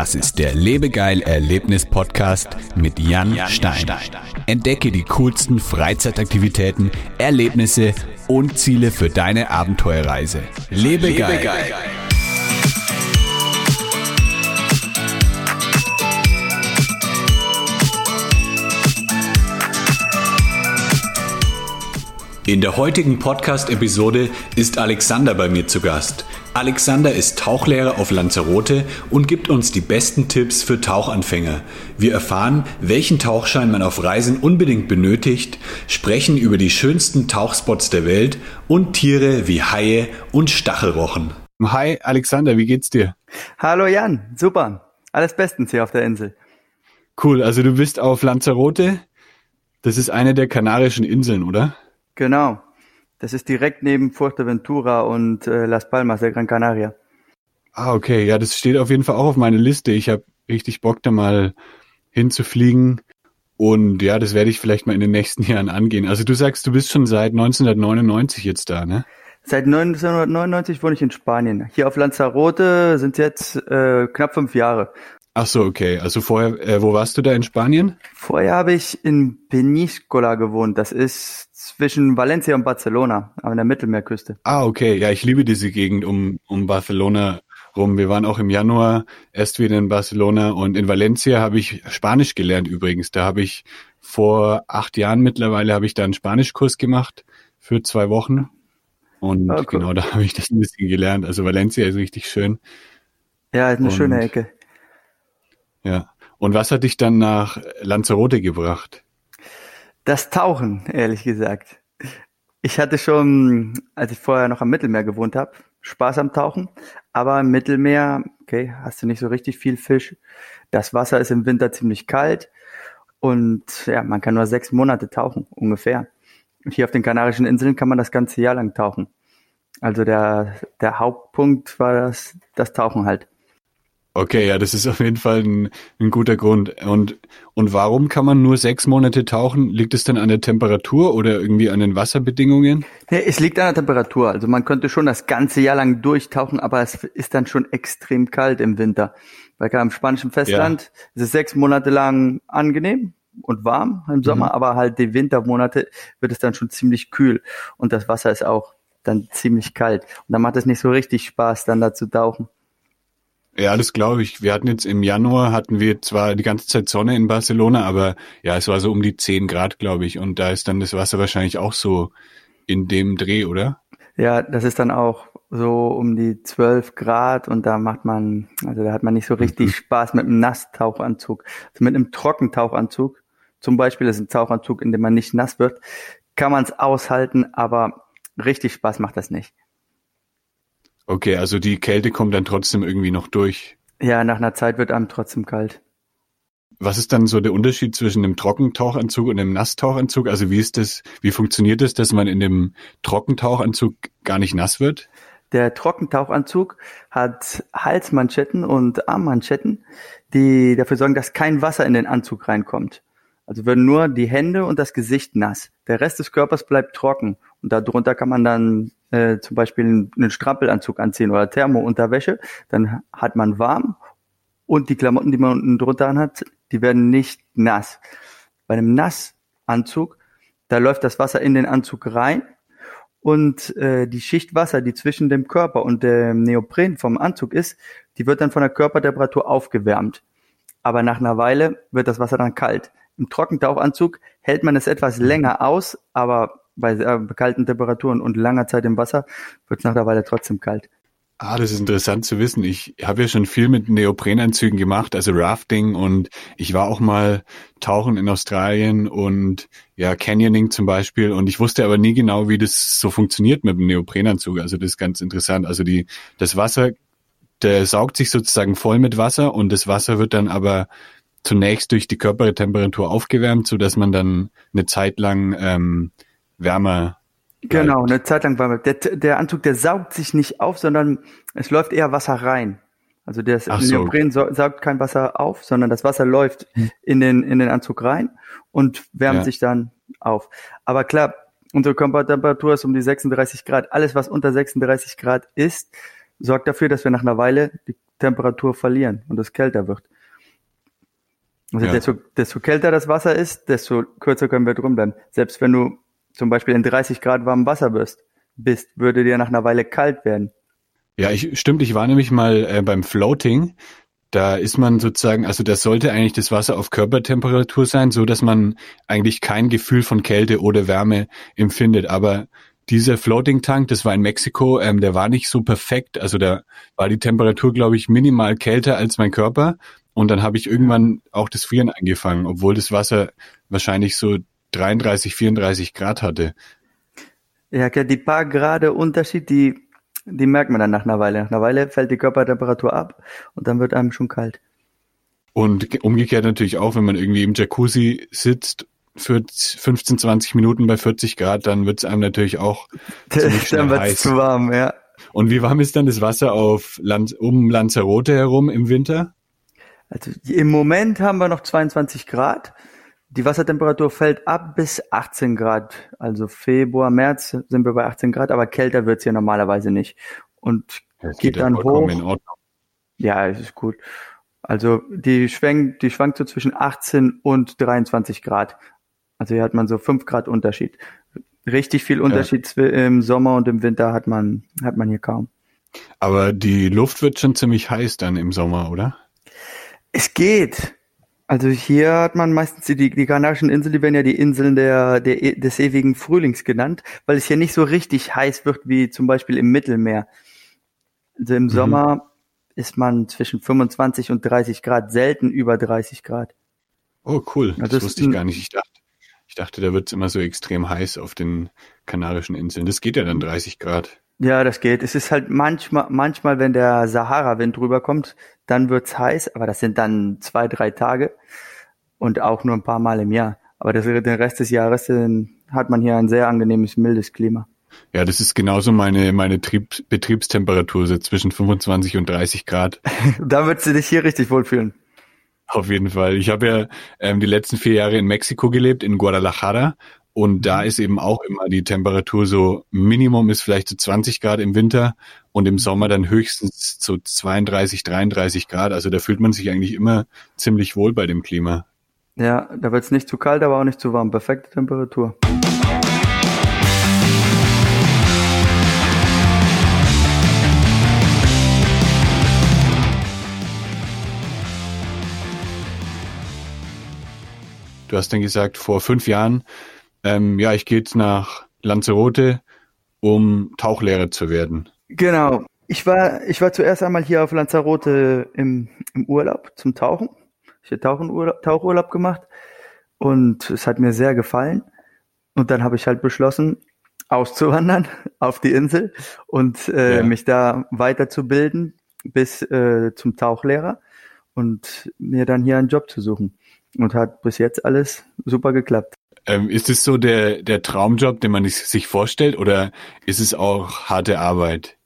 Das ist der Lebegeil-Erlebnis-Podcast mit Jan Stein. Entdecke die coolsten Freizeitaktivitäten, Erlebnisse und Ziele für deine Abenteuerreise. Lebegeil. In der heutigen Podcast-Episode ist Alexander bei mir zu Gast. Alexander ist Tauchlehrer auf Lanzarote und gibt uns die besten Tipps für Tauchanfänger. Wir erfahren, welchen Tauchschein man auf Reisen unbedingt benötigt, sprechen über die schönsten Tauchspots der Welt und Tiere wie Haie und Stachelrochen. Hi Alexander, wie geht's dir? Hallo Jan, super. Alles bestens hier auf der Insel. Cool, also du bist auf Lanzarote. Das ist eine der Kanarischen Inseln, oder? Genau. Das ist direkt neben Fuerteventura und Las Palmas, der Gran Canaria. Ah, okay. Ja, das steht auf jeden Fall auch auf meiner Liste. Ich habe richtig Bock, da mal hinzufliegen. Und ja, das werde ich vielleicht mal in den nächsten Jahren angehen. Also du sagst, du bist schon seit 1999 jetzt da, ne? Seit 1999 wohne ich in Spanien. Hier auf Lanzarote sind es jetzt knapp 5 Jahre. Ach so, okay. Also vorher, wo warst du da in Spanien? Vorher habe ich in Peñíscola gewohnt. Das ist zwischen Valencia und Barcelona, an der Mittelmeerküste. Ah, okay. Ja, ich liebe diese Gegend um Barcelona rum. Wir waren auch im Januar erst wieder in Barcelona und in Valencia habe ich Spanisch gelernt übrigens. Da habe ich vor 8 Jahren mittlerweile habe ich da einen Spanischkurs gemacht für 2 Wochen. Und cool. Genau, da habe ich das ein bisschen gelernt. Also Valencia ist richtig schön. Ja, ist eine schöne Ecke. Ja. Und was hat dich dann nach Lanzarote gebracht? Das Tauchen, ehrlich gesagt. Ich hatte schon, als ich vorher noch am Mittelmeer gewohnt habe, Spaß am Tauchen. Aber im Mittelmeer, okay, hast du nicht so richtig viel Fisch. Das Wasser ist im Winter ziemlich kalt. Und ja, man kann nur 6 Monate tauchen, ungefähr. Und hier auf den Kanarischen Inseln kann man das ganze Jahr lang tauchen. Also der Hauptpunkt war das Tauchen halt. Okay, ja, das ist auf jeden Fall ein guter Grund. Und warum kann man nur 6 Monate tauchen? Liegt es dann an der Temperatur oder irgendwie an den Wasserbedingungen? Ja, es liegt an der Temperatur. Also man könnte schon das ganze Jahr lang durchtauchen, aber es ist dann schon extrem kalt im Winter. Weil gerade am spanischen Festland ist es 6 Monate lang angenehm und warm im Sommer, aber halt die Wintermonate wird es dann schon ziemlich kühl. Und das Wasser ist auch dann ziemlich kalt. Und dann macht es nicht so richtig Spaß, dann da zu tauchen. Ja, das glaube ich. Wir hatten jetzt im Januar, hatten wir zwar die ganze Zeit Sonne in Barcelona, aber ja, es war so um die 10 Grad, glaube ich. Und da ist dann das Wasser wahrscheinlich auch so in dem Dreh, oder? Ja, das ist dann auch so um die 12 Grad und da hat man nicht so richtig Spaß mit einem Nasstauchanzug. Also mit einem Trockentauchanzug, zum Beispiel, das ist ein Tauchanzug, in dem man nicht nass wird, kann man es aushalten, aber richtig Spaß macht das nicht. Okay, also die Kälte kommt dann trotzdem irgendwie noch durch. Ja, nach einer Zeit wird einem trotzdem kalt. Was ist dann so der Unterschied zwischen dem Trockentauchanzug und dem Nasstauchanzug? Also wie funktioniert es, dass man in dem Trockentauchanzug gar nicht nass wird? Der Trockentauchanzug hat Halsmanschetten und Armmanschetten, die dafür sorgen, dass kein Wasser in den Anzug reinkommt. Also werden nur die Hände und das Gesicht nass. Der Rest des Körpers bleibt trocken. Und darunter kann man dann zum Beispiel einen Strampelanzug anziehen oder Thermounterwäsche. Dann hat man warm und die Klamotten, die man unten drunter anhat, die werden nicht nass. Bei einem Nassanzug, da läuft das Wasser in den Anzug rein und die Schicht Wasser, die zwischen dem Körper und dem Neopren vom Anzug ist, die wird dann von der Körpertemperatur aufgewärmt. Aber nach einer Weile wird das Wasser dann kalt. Im Trockentauchanzug hält man es etwas länger aus, aber bei kalten Temperaturen und langer Zeit im Wasser wird es nach der Weile trotzdem kalt. Ah, das ist interessant zu wissen. Ich habe ja schon viel mit Neoprenanzügen gemacht, also Rafting, und ich war auch mal tauchen in Australien und ja, Canyoning zum Beispiel, und ich wusste aber nie genau, wie das so funktioniert mit dem Neoprenanzug. Also das ist ganz interessant. Also das Wasser, der saugt sich sozusagen voll mit Wasser und das Wasser wird dann aber zunächst durch die Körpertemperatur aufgewärmt, so dass man dann eine Zeit lang wärmer. Genau, eine Zeit lang wärmer. Der Anzug, der saugt sich nicht auf, sondern es läuft eher Wasser rein. Also das Neopren saugt kein Wasser auf, sondern das Wasser läuft in den Anzug rein und wärmt sich dann auf. Aber klar, unsere Körpertemperatur ist um die 36 Grad. Alles, was unter 36 Grad ist, sorgt dafür, dass wir nach einer Weile die Temperatur verlieren und es kälter wird. Also desto kälter das Wasser ist, desto kürzer können wir drin bleiben. Selbst wenn du zum Beispiel in 30 Grad warmem Wasser bist, würde dir nach einer Weile kalt werden. Ja, stimmt, ich war nämlich mal beim Floating. Da ist man sozusagen, also das sollte eigentlich das Wasser auf Körpertemperatur sein, so dass man eigentlich kein Gefühl von Kälte oder Wärme empfindet. Aber dieser Floating Tank, das war in Mexiko, der war nicht so perfekt. Also da war die Temperatur, glaube ich, minimal kälter als mein Körper. Und dann habe ich irgendwann auch das Frieren angefangen, obwohl das Wasser wahrscheinlich so 33, 34 Grad hatte. Ja, okay, die paar Grade Unterschied, die merkt man dann nach einer Weile. Nach einer Weile fällt die Körpertemperatur ab und dann wird einem schon kalt. Und umgekehrt natürlich auch, wenn man irgendwie im Jacuzzi sitzt für 15, 20 Minuten bei 40 Grad, dann wird es einem natürlich auch ziemlich schnell dann wird's heiß. zu warm, ja. Und wie warm ist dann das Wasser um Lanzarote herum im Winter? Also im Moment haben wir noch 22 Grad. Die Wassertemperatur fällt ab bis 18 Grad. Also Februar, März sind wir bei 18 Grad, aber kälter wird's hier normalerweise nicht. Und Das geht dann hoch. In Ordnung. Ja, es ist gut. Also die schwankt so zwischen 18 und 23 Grad. Also hier hat man so 5 Grad Unterschied. Richtig viel Unterschied im Sommer und im Winter hat man hier kaum. Aber die Luft wird schon ziemlich heiß dann im Sommer, oder? Es geht. Also hier hat man meistens die Kanarischen Inseln, die werden ja die Inseln des ewigen Frühlings genannt, weil es hier nicht so richtig heiß wird wie zum Beispiel im Mittelmeer. Also im Sommer ist man zwischen 25 und 30 Grad, selten über 30 Grad. Oh, cool. Also Das wusste ich gar nicht. Ich dachte, da wird es immer so extrem heiß auf den Kanarischen Inseln. Das geht ja dann 30 Grad. Ja, das geht. Es ist halt manchmal, wenn der Sahara-Wind rüberkommt, dann wird's heiß, aber das sind dann 2, 3 Tage und auch nur ein paar Mal im Jahr. Aber den Rest des Jahres hat man hier ein sehr angenehmes, mildes Klima. Ja, das ist genauso meine Betriebstemperatur, so zwischen 25 und 30 Grad. Da würdest du dich hier richtig wohlfühlen. Auf jeden Fall. Ich habe ja die letzten 4 Jahre in Mexiko gelebt, in Guadalajara. Und da ist eben auch immer die Temperatur so, Minimum ist vielleicht so 20 Grad im Winter und im Sommer dann höchstens so 32, 33 Grad. Also da fühlt man sich eigentlich immer ziemlich wohl bei dem Klima. Ja, da wird's nicht zu kalt, aber auch nicht zu warm. Perfekte Temperatur. Du hast dann gesagt, vor 5 Jahren, ich gehe jetzt nach Lanzarote, um Tauchlehrer zu werden. Genau. Ich war zuerst einmal hier auf Lanzarote im Urlaub zum Tauchen. Ich habe Tauchurlaub gemacht und es hat mir sehr gefallen. Und dann habe ich halt beschlossen, auszuwandern auf die Insel und mich da weiterzubilden bis zum Tauchlehrer und mir dann hier einen Job zu suchen. Und hat bis jetzt alles super geklappt. Ist es so der Traumjob, den man sich vorstellt, oder ist es auch harte Arbeit?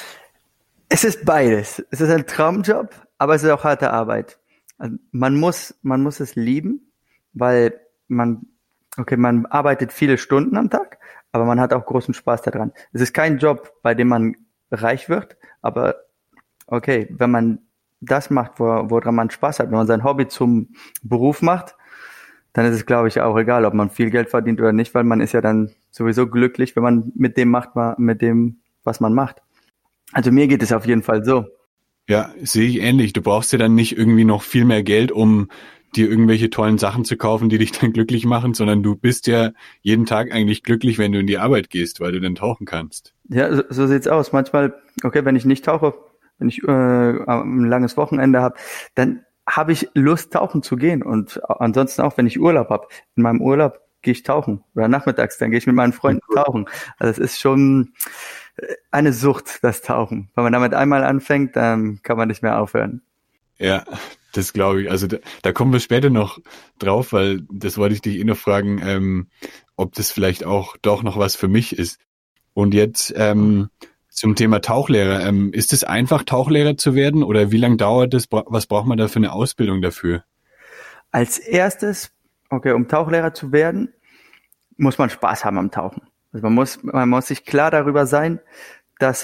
Es ist beides. Es ist ein Traumjob, aber es ist auch harte Arbeit. Also man muss es lieben, weil man arbeitet viele Stunden am Tag, aber man hat auch großen Spaß daran. Es ist kein Job, bei dem man reich wird, aber okay, wenn man das macht, woran man Spaß hat, wenn man sein Hobby zum Beruf macht, dann ist es, glaube ich, auch egal, ob man viel Geld verdient oder nicht, weil man ist ja dann sowieso glücklich, wenn man mit dem macht, was man macht. Also mir geht es auf jeden Fall so. Ja, sehe ich ähnlich. Du brauchst ja dann nicht irgendwie noch viel mehr Geld, um dir irgendwelche tollen Sachen zu kaufen, die dich dann glücklich machen, sondern du bist ja jeden Tag eigentlich glücklich, wenn du in die Arbeit gehst, weil du dann tauchen kannst. Ja, so sieht's aus. Manchmal, okay, wenn ich nicht tauche, wenn ich ein langes Wochenende habe, dann habe ich Lust, tauchen zu gehen. Und ansonsten auch, wenn ich Urlaub habe. In meinem Urlaub gehe ich tauchen. Oder nachmittags, dann gehe ich mit meinen Freunden tauchen. Also es ist schon eine Sucht, das Tauchen. Wenn man damit einmal anfängt, dann kann man nicht mehr aufhören. Ja, das glaube ich. Also da kommen wir später noch drauf, weil das wollte ich dich noch fragen, ob das vielleicht auch doch noch was für mich ist. Und jetzt zum Thema Tauchlehrer. Ist es einfach, Tauchlehrer zu werden oder wie lange dauert das? Was braucht man da für eine Ausbildung dafür? Als erstes, um Tauchlehrer zu werden, muss man Spaß haben am Tauchen. Also man muss sich klar darüber sein, dass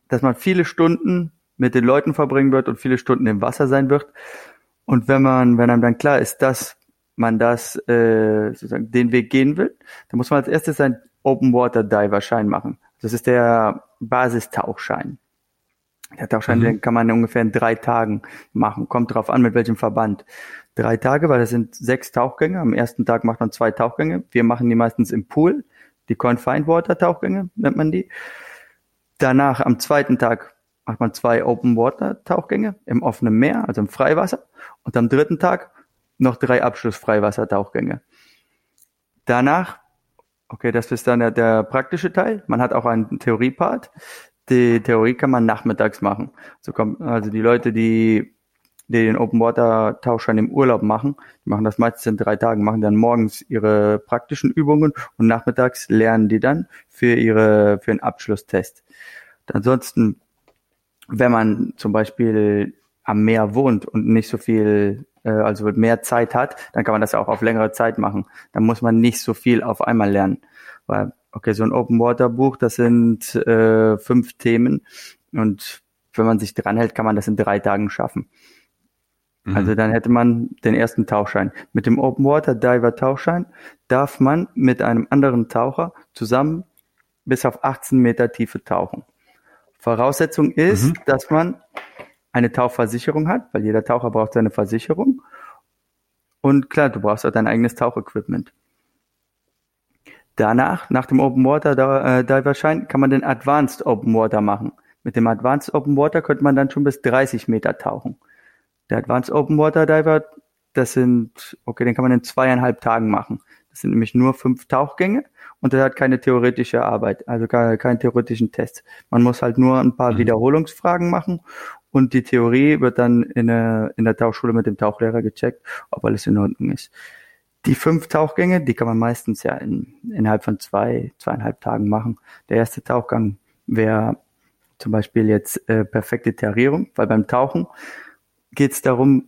dass man viele Stunden mit den Leuten verbringen wird und viele Stunden im Wasser sein wird. Und wenn einem dann klar ist, dass man sozusagen den Weg gehen will, dann muss man als erstes einen Open Water Diver Schein machen. Das ist der Basistauchschein. Der Tauchschein, den kann man ungefähr in 3 Tagen machen. Kommt drauf an, mit welchem Verband. 3 Tage, weil das sind 6 Tauchgänge. Am ersten Tag macht man 2 Tauchgänge. Wir machen die meistens im Pool. Die Confined Water Tauchgänge nennt man die. Danach am zweiten Tag macht man 2 Open Water Tauchgänge im offenen Meer, also im Freiwasser. Und am dritten Tag noch 3 Abschluss-Freiwasser Tauchgänge. Danach, okay, das ist dann der praktische Teil. Man hat auch einen Theoriepart. Die Theorie kann man nachmittags machen. Also die Leute, die den Open Water Tauchschein im Urlaub machen, die machen das meistens in 3 Tagen, machen dann morgens ihre praktischen Übungen und nachmittags lernen die dann für einen Abschlusstest. Ansonsten, wenn man zum Beispiel am Meer wohnt und nicht so viel, also mehr Zeit hat, dann kann man das auch auf längere Zeit machen. Dann muss man nicht so viel auf einmal lernen. Weil, okay, so ein Open Water Buch, das sind 5 Themen und wenn man sich dran hält, kann man das in 3 Tagen schaffen. Also dann hätte man den ersten Tauchschein. Mit dem Open Water Diver Tauchschein darf man mit einem anderen Taucher zusammen bis auf 18 Meter Tiefe tauchen. Voraussetzung ist, dass man eine Tauchversicherung hat, weil jeder Taucher braucht seine Versicherung. Und klar, du brauchst auch dein eigenes Tauchequipment. Danach, nach dem Open Water Diver Schein, kann man den Advanced Open Water machen. Mit dem Advanced Open Water könnte man dann schon bis 30 Meter tauchen. Der Advanced Open Water Diver, den kann man in 2,5 Tagen machen. Das sind nämlich nur 5 Tauchgänge und er hat keine theoretische Arbeit, also keinen theoretischen Test. Man muss halt nur ein paar Wiederholungsfragen machen und die Theorie wird dann in der Tauchschule mit dem Tauchlehrer gecheckt, ob alles in Ordnung ist. Die 5 Tauchgänge, die kann man meistens ja innerhalb von 2,5 Tagen machen. Der erste Tauchgang wäre zum Beispiel jetzt perfekte Tarierung, weil beim Tauchen geht es darum,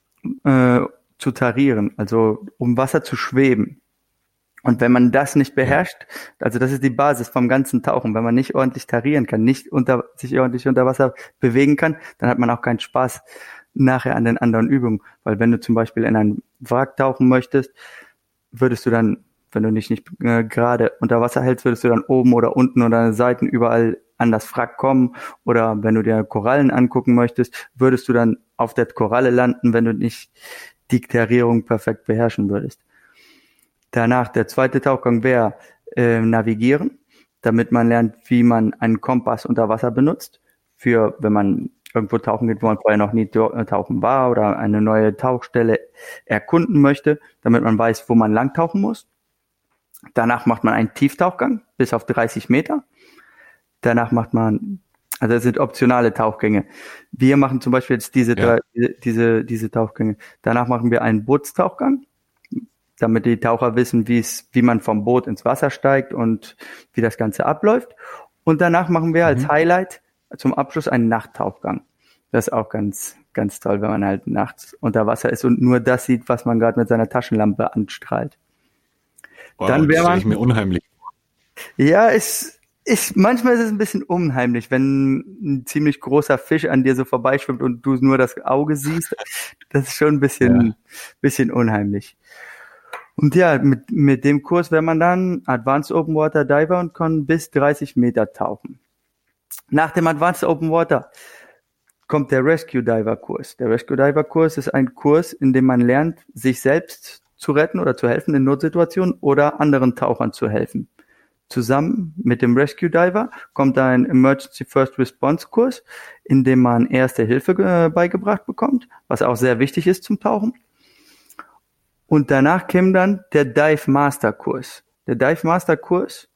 zu tarieren, also um Wasser zu schweben. Und wenn man das nicht beherrscht, also das ist die Basis vom ganzen Tauchen, wenn man nicht ordentlich tarieren kann, nicht sich ordentlich unter Wasser bewegen kann, dann hat man auch keinen Spaß nachher an den anderen Übungen. Weil wenn du zum Beispiel in einen Wrack tauchen möchtest, würdest du dann, wenn du dich nicht gerade unter Wasser hältst, würdest du dann oben oder unten oder an den Seiten überall an das Wrack kommen. Oder wenn du dir Korallen angucken möchtest, würdest du dann auf der Koralle landen, wenn du nicht die Tarierung perfekt beherrschen würdest. Danach, der zweite Tauchgang wäre Navigieren, damit man lernt, wie man einen Kompass unter Wasser benutzt, für wenn man irgendwo tauchen geht, wo man vorher noch nie tauchen war oder eine neue Tauchstelle erkunden möchte, damit man weiß, wo man lang tauchen muss. Danach macht man einen Tieftauchgang bis auf 30 Meter. Danach macht man, also das sind optionale Tauchgänge. Wir machen zum Beispiel jetzt diese Tauchgänge. Danach machen wir einen Bootstauchgang, damit die Taucher wissen, wie man vom Boot ins Wasser steigt und wie das Ganze abläuft. Und danach machen wir als Highlight zum Abschluss einen Nachttauchgang. Das ist auch ganz, ganz toll, wenn man halt nachts unter Wasser ist und nur das sieht, was man gerade mit seiner Taschenlampe anstrahlt. Wow, Dann das stelle ich mir unheimlich. Ja, manchmal ist es ein bisschen unheimlich, wenn ein ziemlich großer Fisch an dir so vorbeischwimmt und du nur das Auge siehst. Das ist schon ein bisschen unheimlich. Und ja, mit dem Kurs wäre man dann Advanced Open Water Diver und kann bis 30 Meter tauchen. Nach dem Advanced Open Water kommt der Rescue Diver Kurs. Der Rescue Diver Kurs ist ein Kurs, in dem man lernt, sich selbst zu retten oder zu helfen in Notsituationen oder anderen Tauchern zu helfen. Zusammen mit dem Rescue Diver kommt ein Emergency First Response Kurs, in dem man Erste Hilfe beigebracht bekommt, was auch sehr wichtig ist zum Tauchen. Und danach käme dann der Dive Master Kurs. Der Dive Master Kurs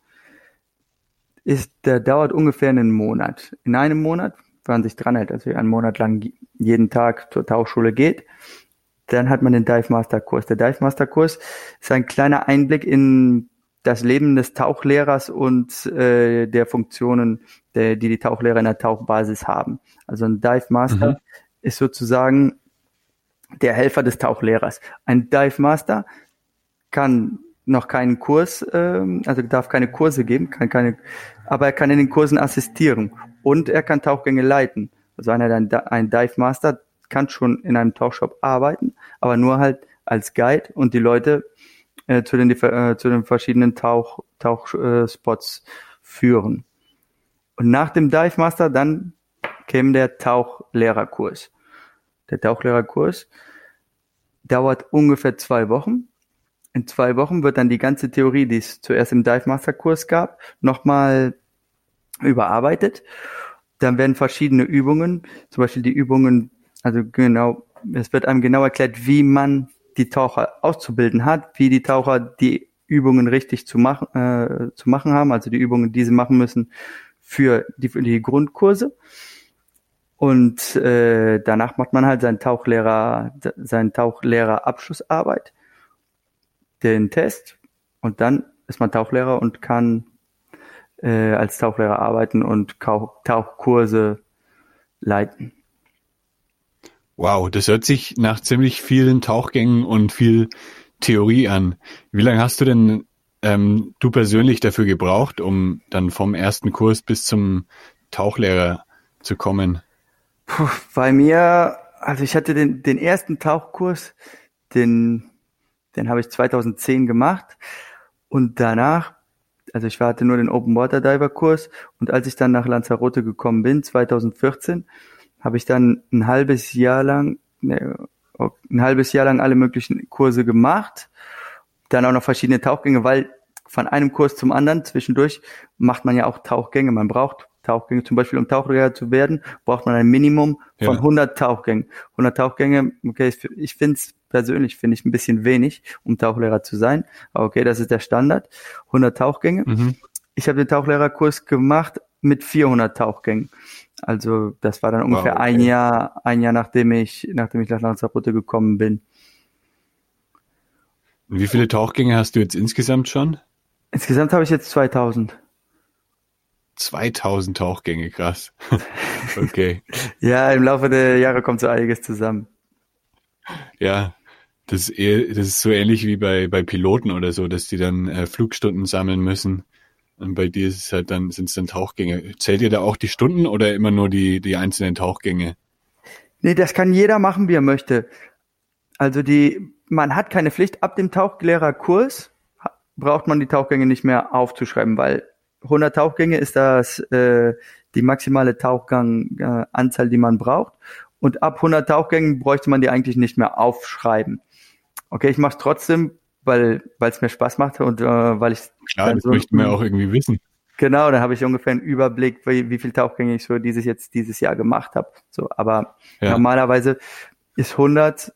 der dauert ungefähr einen Monat. In einem Monat, wenn man sich dran hält, also einen Monat lang jeden Tag zur Tauchschule geht, dann hat man den Dive Master Kurs. Der Dive Master Kurs ist ein kleiner Einblick in das Leben des Tauchlehrers und der Funktionen, die Tauchlehrer in der Tauchbasis haben. Also ein Dive Master ist sozusagen der Helfer des Tauchlehrers. Ein Dive Master kann noch keinen Kurs, also darf keine Kurse geben, aber er kann in den Kursen assistieren und er kann Tauchgänge leiten. Also ein Dive Master kann schon in einem Tauchshop arbeiten, aber nur halt als Guide und die Leute zu den verschiedenen Tauchspots führen. Und nach dem Dive Master dann käme der Tauchlehrerkurs. Der Tauchlehrerkurs dauert ungefähr 2 Wochen. In 2 Wochen wird dann die ganze Theorie, die es zuerst im Dive Master Kurs gab, nochmal überarbeitet. Dann werden verschiedene Übungen, zum Beispiel die Übungen, also genau, es wird einem genau erklärt, wie man die Taucher auszubilden hat, wie die Taucher die Übungen richtig zu machen haben, also die Übungen, die sie machen müssen für die Grundkurse. Und danach macht man halt seinen Tauchlehrer-Abschlussarbeit, den Test, und dann ist man Tauchlehrer und kann als Tauchlehrer arbeiten und Tauchkurse leiten. Wow, das hört sich nach ziemlich vielen Tauchgängen und viel Theorie an. Wie lange hast du denn du persönlich dafür gebraucht, um dann vom ersten Kurs bis zum Tauchlehrer zu kommen? Bei mir, also ich hatte den ersten Tauchkurs, den habe ich 2010 gemacht und danach, also ich hatte nur den Open Water Diver Kurs und als ich dann nach Lanzarote gekommen bin, 2014, habe ich dann ein halbes Jahr lang alle möglichen Kurse gemacht, dann auch noch verschiedene Tauchgänge, weil von einem Kurs zum anderen zwischendurch macht man ja auch Tauchgänge. Man braucht Tauchgänge, zum Beispiel um Tauchlehrer zu werden, braucht man ein Minimum von 100 Tauchgängen. 100 Tauchgänge, okay, ich finde es persönlich ein bisschen wenig, um Tauchlehrer zu sein, aber okay, das ist der Standard. 100 Tauchgänge. Mhm. Ich habe den Tauchlehrerkurs gemacht mit 400 Tauchgängen. Also das war dann ungefähr ein Jahr, nachdem ich nach Lanzarote gekommen bin. Und wie viele Tauchgänge hast du jetzt insgesamt schon? Insgesamt habe ich jetzt 2000. 2000 Tauchgänge, krass. Okay. Ja, im Laufe der Jahre kommt so einiges zusammen. Ja, das ist so ähnlich wie bei Piloten oder so, dass die dann Flugstunden sammeln müssen. Und bei dir ist es halt sind es dann Tauchgänge. Zählt ihr da auch die Stunden oder immer nur die einzelnen Tauchgänge? Nee, das kann jeder machen, wie er möchte. Also man hat keine Pflicht. Ab dem Tauchlehrerkurs braucht man die Tauchgänge nicht mehr aufzuschreiben, weil 100 Tauchgänge ist das die maximale Tauchganganzahl, die man braucht. Und ab 100 Tauchgängen bräuchte man die eigentlich nicht mehr aufschreiben. Okay, ich mache es trotzdem, weil es mir Spaß macht und weil ich... Klar, das möchten wir auch irgendwie wissen. Genau, dann habe ich ungefähr einen Überblick, wie viele Tauchgänge ich so dieses Jahr gemacht habe. So, aber normalerweise ist 100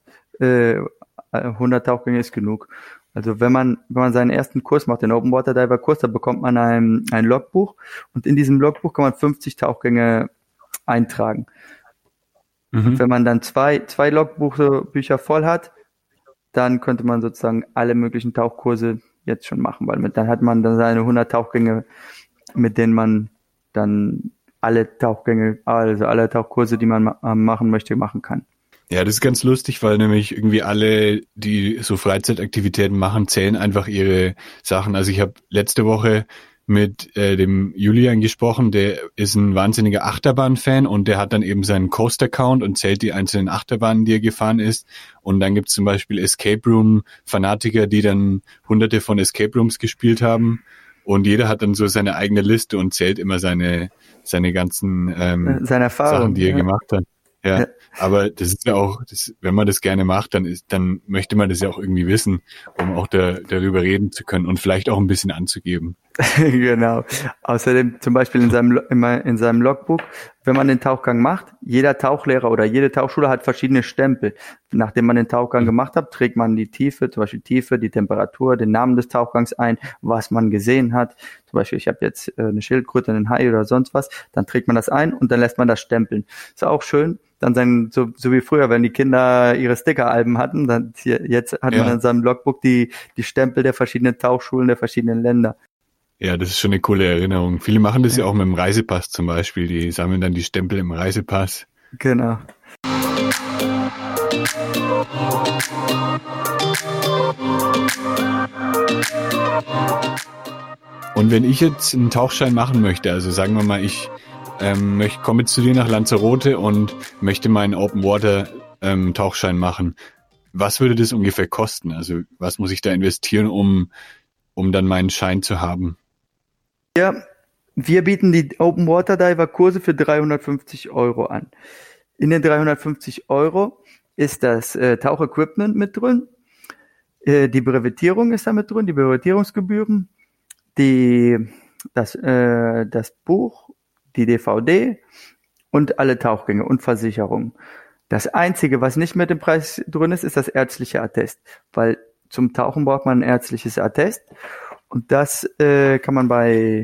Tauchgänge ist genug. Also wenn man seinen ersten Kurs macht, den Open Water Diver Kurs, da bekommt man ein Logbuch und in diesem Logbuch kann man 50 Tauchgänge eintragen. Mhm. Wenn man dann zwei Logbücher voll hat, dann könnte man sozusagen alle möglichen Tauchkurse jetzt schon machen, weil dann hat man dann seine 100 Tauchgänge, mit denen man dann alle Tauchgänge, also alle Tauchkurse, die man machen möchte, machen kann. Ja, das ist ganz lustig, weil nämlich irgendwie alle, die so Freizeitaktivitäten machen, zählen einfach ihre Sachen. Also ich habe letzte Woche mit dem Julian gesprochen, der ist ein wahnsinniger Achterbahn-Fan und der hat dann eben seinen Coast-Account und zählt die einzelnen Achterbahnen, die er gefahren ist. Und dann gibt's zum Beispiel Escape Room-Fanatiker, die dann hunderte von Escape Rooms gespielt haben. Und jeder hat dann so seine eigene Liste und zählt immer seine ganzen seine Erfahrung, Sachen, die er gemacht hat. Ja, aber das ist ja auch, wenn man das gerne macht, dann möchte man das ja auch irgendwie wissen, um auch darüber reden zu können und vielleicht auch ein bisschen anzugeben. Genau. Außerdem zum Beispiel in seinem Logbuch, wenn man den Tauchgang macht, jeder Tauchlehrer oder jede Tauchschule hat verschiedene Stempel. Nachdem man den Tauchgang gemacht hat, trägt man die Tiefe, zum Beispiel Tiefe, die Temperatur, den Namen des Tauchgangs ein, was man gesehen hat. Zum Beispiel, ich habe jetzt eine Schildkröte, einen Hai oder sonst was, dann trägt man das ein und dann lässt man das stempeln. Ist auch schön. Dann so wie früher, wenn die Kinder ihre Stickeralben hatten, jetzt hat man in seinem Logbuch die Stempel der verschiedenen Tauchschulen der verschiedenen Länder. Ja, das ist schon eine coole Erinnerung. Viele machen das ja auch mit dem Reisepass zum Beispiel. Die sammeln dann die Stempel im Reisepass. Genau. Und wenn ich jetzt einen Tauchschein machen möchte, also sagen wir mal, ich komme zu dir nach Lanzarote und möchte meinen Open Water Tauchschein machen. Was würde das ungefähr kosten? Also was muss ich da investieren, um dann meinen Schein zu haben? Ja, wir bieten die Open Water Diver Kurse für 350 Euro an. In den 350 Euro ist das Tauchequipment mit drin, die Brevetierung ist da mit drin, die Brevetierungsgebühren, das Buch, die DVD und alle Tauchgänge und Versicherungen. Das Einzige, was nicht mit dem Preis drin ist, ist das ärztliche Attest, weil zum Tauchen braucht man ein ärztliches Attest und das kann man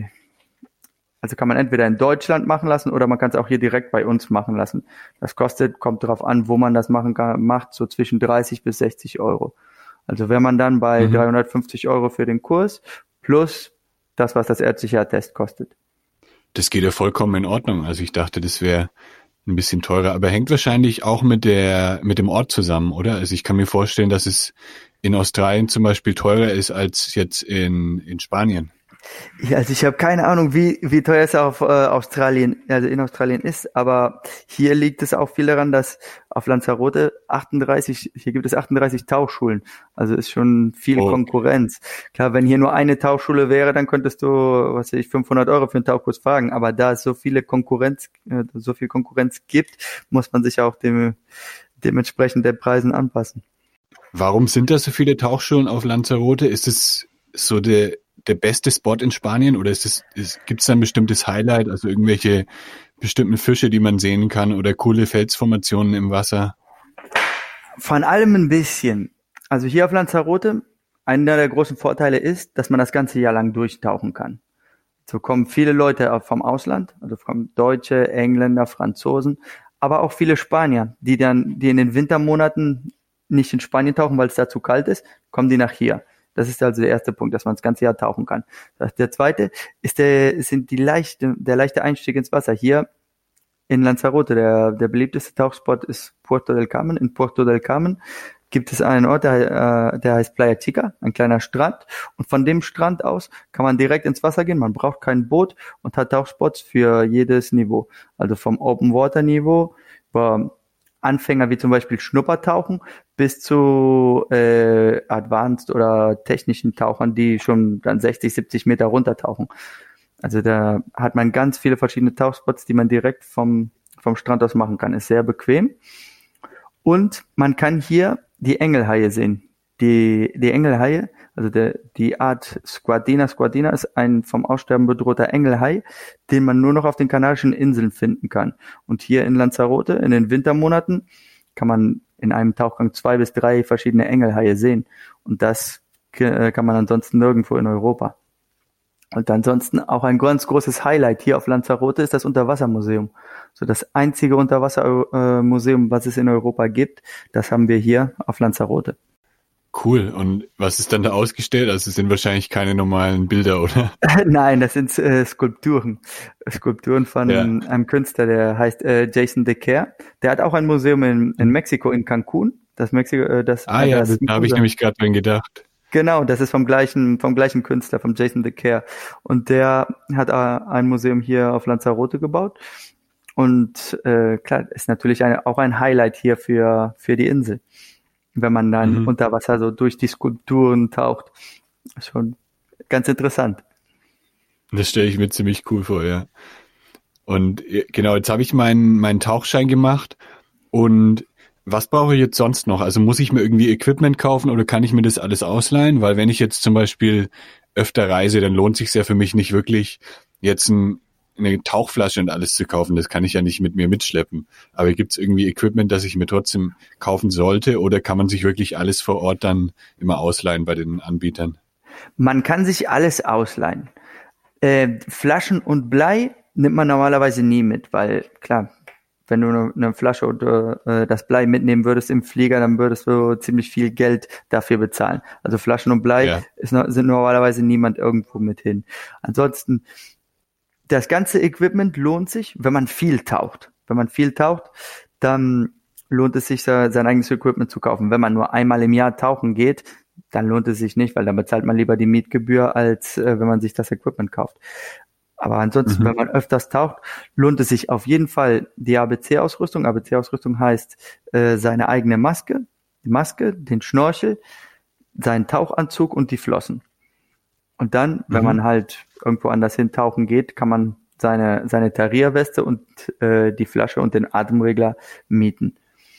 entweder in Deutschland machen lassen oder man kann es auch hier direkt bei uns machen lassen. Das kommt darauf an, wo man das machen kann, macht so zwischen 30 bis 60 Euro. Also wenn man dann bei 350 Euro für den Kurs plus das, was das ärztliche Attest kostet. Das geht ja vollkommen in Ordnung. Also ich dachte, das wäre ein bisschen teurer, aber hängt wahrscheinlich auch mit dem Ort zusammen, oder? Also ich kann mir vorstellen, dass es in Australien zum Beispiel teurer ist als jetzt in Spanien. Ja, also ich habe keine Ahnung, wie teuer es in Australien ist, aber hier liegt es auch viel daran, dass auf Lanzarote hier gibt es 38 Tauchschulen, also ist schon viel Konkurrenz. Klar, wenn hier nur eine Tauchschule wäre, dann könntest du, 500 Euro für einen Tauchkurs fragen, aber da es so viel Konkurrenz gibt, muss man sich auch dementsprechend der Preisen anpassen. Warum sind da so viele Tauchschulen auf Lanzarote? Ist es so der beste Spot in Spanien oder gibt es da ein bestimmtes Highlight, also irgendwelche bestimmten Fische, die man sehen kann oder coole Felsformationen im Wasser? Von allem ein bisschen. Also hier auf Lanzarote, einer der großen Vorteile ist, dass man das ganze Jahr lang durchtauchen kann. So kommen viele Leute vom Ausland, also kommen Deutsche, Engländer, Franzosen, aber auch viele Spanier, die in den Wintermonaten nicht in Spanien tauchen, weil es da zu kalt ist, kommen die nach hier. Das ist also der erste Punkt, dass man das ganze Jahr tauchen kann. Der zweite ist der leichte Einstieg ins Wasser. Hier in Lanzarote, der beliebteste Tauchspot ist Puerto del Carmen. In Puerto del Carmen gibt es einen Ort, der heißt Playa Chica, ein kleiner Strand. Und von dem Strand aus kann man direkt ins Wasser gehen. Man braucht kein Boot und hat Tauchspots für jedes Niveau. Also vom Open Water Niveau über Anfänger wie zum Beispiel Schnuppertauchen bis zu Advanced oder technischen Tauchern, die schon dann 60, 70 Meter runtertauchen. Also da hat man ganz viele verschiedene Tauchspots, die man direkt vom Strand aus machen kann. Ist sehr bequem. Und man kann hier die Engelhaie sehen. Die Engelhaie, also die Art Squadina ist ein vom Aussterben bedrohter Engelhai, den man nur noch auf den Kanarischen Inseln finden kann. Und hier in Lanzarote, in den Wintermonaten, kann man in einem Tauchgang 2 bis 3 verschiedene Engelhaie sehen. Und das kann man ansonsten nirgendwo in Europa. Und ansonsten auch ein ganz großes Highlight hier auf Lanzarote ist das Unterwassermuseum. So das einzige Unterwassermuseum, was es in Europa gibt, das haben wir hier auf Lanzarote. Cool. Und was ist dann da ausgestellt? Also es sind wahrscheinlich keine normalen Bilder, oder? Nein, das sind Skulpturen. Skulpturen von einem Künstler, der heißt Jason DeCare. Der hat auch ein Museum in Mexiko, in Cancun. Da habe ich nämlich gerade dran gedacht. Genau, das ist vom gleichen Künstler, vom Jason DeCare. Und der hat ein Museum hier auf Lanzarote gebaut. Und klar, ist natürlich auch ein Highlight hier für die Insel. Wenn man dann unter Wasser so durch die Skulpturen taucht. Schon ganz interessant. Das stelle ich mir ziemlich cool vor, ja. Und genau, jetzt habe ich meinen Tauchschein gemacht. Und was brauche ich jetzt sonst noch? Also muss ich mir irgendwie Equipment kaufen oder kann ich mir das alles ausleihen? Weil wenn ich jetzt zum Beispiel öfter reise, dann lohnt es sich ja für mich nicht wirklich, jetzt eine Tauchflasche und alles zu kaufen. Das kann ich ja nicht mit mir mitschleppen. Aber gibt es irgendwie Equipment, das ich mir trotzdem kaufen sollte oder kann man sich wirklich alles vor Ort dann immer ausleihen bei den Anbietern? Man kann sich alles ausleihen. Flaschen und Blei nimmt man normalerweise nie mit, weil klar, wenn du eine Flasche oder das Blei mitnehmen würdest im Flieger, dann würdest du ziemlich viel Geld dafür bezahlen. Also Flaschen und Blei sind normalerweise niemand irgendwo mit hin. Ansonsten das ganze Equipment lohnt sich, wenn man viel taucht. Wenn man viel taucht, dann lohnt es sich, sein eigenes Equipment zu kaufen. Wenn man nur einmal im Jahr tauchen geht, dann lohnt es sich nicht, weil dann bezahlt man lieber die Mietgebühr, als wenn man sich das Equipment kauft. Aber ansonsten, wenn man öfters taucht, lohnt es sich auf jeden Fall die ABC-Ausrüstung. ABC-Ausrüstung heißt seine eigene Maske, die Maske, den Schnorchel, seinen Tauchanzug und die Flossen. Und dann, wenn man halt irgendwo anders hin tauchen geht, kann man seine Tarierweste und die Flasche und den Atemregler mieten.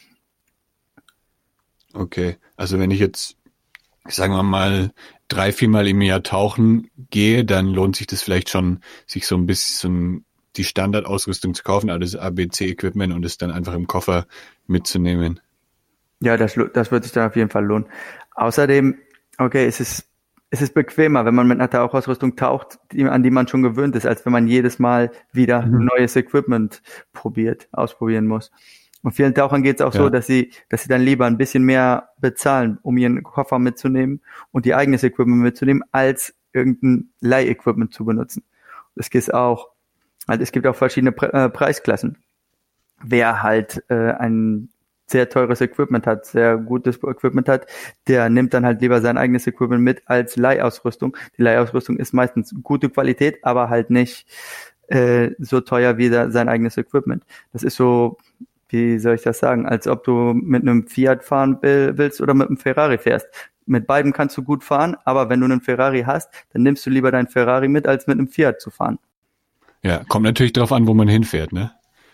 Okay, also wenn ich jetzt, sagen wir mal, 3-4 Mal im Jahr tauchen gehe, dann lohnt sich das vielleicht schon, sich so ein bisschen die Standardausrüstung zu kaufen, alles ABC-Equipment und es dann einfach im Koffer mitzunehmen. Ja, das wird sich dann auf jeden Fall lohnen. Außerdem, okay, es ist bequemer, wenn man mit einer Tauchausrüstung taucht, an die man schon gewöhnt ist, als wenn man jedes Mal wieder neues Equipment ausprobieren muss. Und vielen Tauchern geht es auch so, dass sie dann lieber ein bisschen mehr bezahlen, um ihren Koffer mitzunehmen und ihr eigenes Equipment mitzunehmen, als irgendein Leih-Equipment zu benutzen. Es gibt auch verschiedene Preisklassen. Wer halt ein sehr teures Equipment hat, sehr gutes Equipment hat, der nimmt dann halt lieber sein eigenes Equipment mit als Leihausrüstung. Die Leihausrüstung ist meistens gute Qualität, aber halt nicht so teuer wie sein eigenes Equipment. Das ist so, wie soll ich das sagen, als ob du mit einem Fiat fahren willst oder mit einem Ferrari fährst. Mit beiden kannst du gut fahren, aber wenn du einen Ferrari hast, dann nimmst du lieber deinen Ferrari mit, als mit einem Fiat zu fahren. Ja, kommt natürlich drauf an, wo man hinfährt, ne?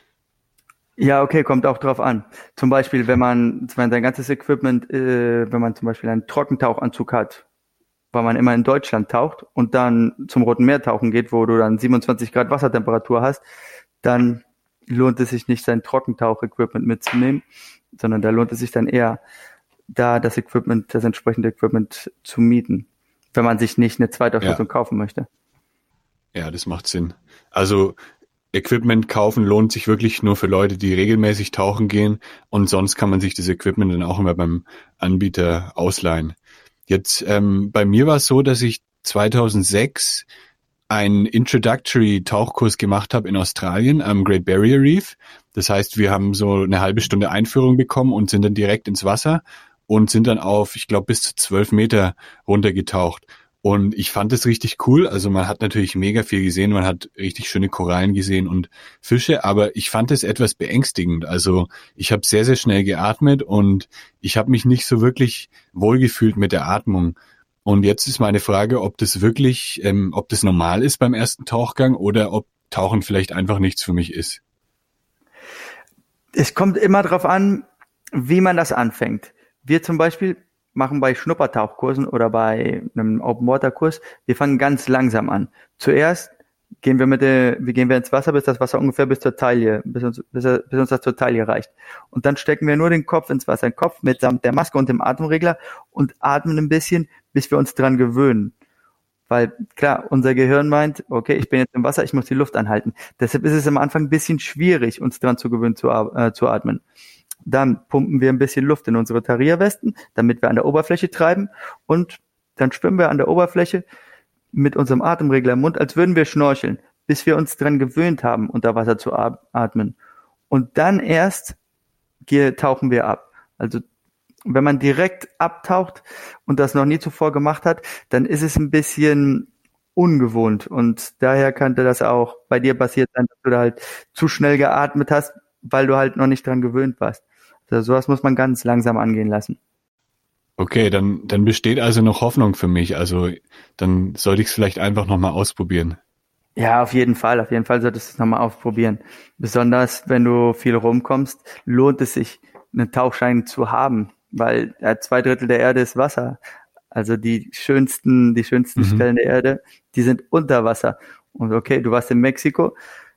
Ja, okay, kommt auch drauf an. Zum Beispiel, wenn man sein ganzes Equipment, wenn man zum Beispiel einen Trockentauchanzug hat, weil man immer in Deutschland taucht und dann zum Roten Meer tauchen geht, wo du dann 27 Grad Wassertemperatur hast, dann lohnt es sich nicht, sein Trockentauch-Equipment mitzunehmen, sondern da lohnt es sich dann eher, das entsprechende Equipment zu mieten, wenn man sich nicht eine Zweitausrüstung kaufen möchte. Ja, das macht Sinn. Also Equipment kaufen lohnt sich wirklich nur für Leute, die regelmäßig tauchen gehen, und sonst kann man sich das Equipment dann auch immer beim Anbieter ausleihen. Jetzt bei mir war es so, dass ich 2006 einen Introductory-Tauchkurs gemacht habe in Australien am Great Barrier Reef. Das heißt, wir haben so eine halbe Stunde Einführung bekommen und sind dann direkt ins Wasser und sind dann auf, ich glaube, bis zu 12 Meter runtergetaucht. Und ich fand es richtig cool. Also man hat natürlich mega viel gesehen, man hat richtig schöne Korallen gesehen und Fische, aber ich fand es etwas beängstigend. Also ich habe sehr, sehr schnell geatmet und ich habe mich nicht so wirklich wohlgefühlt mit der Atmung. Und jetzt ist meine Frage, ob das wirklich, ob das normal ist beim ersten Tauchgang oder ob Tauchen vielleicht einfach nichts für mich ist. Es kommt immer darauf an, wie man das anfängt. Wir zum Beispiel machen bei Schnuppertauchkursen oder bei einem Open-Water-Kurs, wir fangen ganz langsam an. Zuerst gehen wir ins Wasser, bis das Wasser ungefähr bis uns das zur Taille reicht. Und dann stecken wir nur den Kopf ins Wasser, den Kopf mitsamt der Maske und dem Atemregler und atmen ein bisschen, bis wir uns dran gewöhnen. Weil klar, unser Gehirn meint, okay, ich bin jetzt im Wasser, ich muss die Luft anhalten. Deshalb ist es am Anfang ein bisschen schwierig, uns dran zu gewöhnen zu atmen. Dann pumpen wir ein bisschen Luft in unsere Tarierwesten, damit wir an der Oberfläche treiben, und dann schwimmen wir an der Oberfläche mit unserem Atemregler im Mund, als würden wir schnorcheln, bis wir uns dran gewöhnt haben, unter Wasser zu atmen. Und dann erst tauchen wir ab. Also wenn man direkt abtaucht und das noch nie zuvor gemacht hat, dann ist es ein bisschen ungewohnt, und daher könnte das auch bei dir passiert sein, dass du da halt zu schnell geatmet hast, weil du halt noch nicht dran gewöhnt warst. Also sowas muss man ganz langsam angehen lassen. Okay, dann besteht also noch Hoffnung für mich. Also dann sollte ich es vielleicht einfach nochmal ausprobieren. Ja, auf jeden Fall solltest du es nochmal ausprobieren. Besonders wenn du viel rumkommst, lohnt es sich, einen Tauchschein zu haben, weil 2/3 der Erde ist Wasser. Also die schönsten Stellen der Erde, die sind unter Wasser. Und okay, du warst in Mexiko,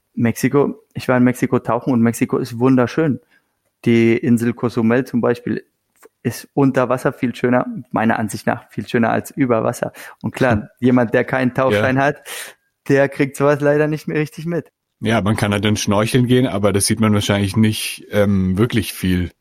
ich war in Mexiko tauchen, und Mexiko ist wunderschön. Die Insel Cozumel zum Beispiel ist unter Wasser viel schöner, meiner Ansicht nach viel schöner als über Wasser. Und klar, jemand, der keinen Tauchschein hat, der kriegt sowas leider nicht mehr richtig mit. Ja, man kann halt dann schnorcheln gehen, aber das sieht man wahrscheinlich nicht wirklich viel.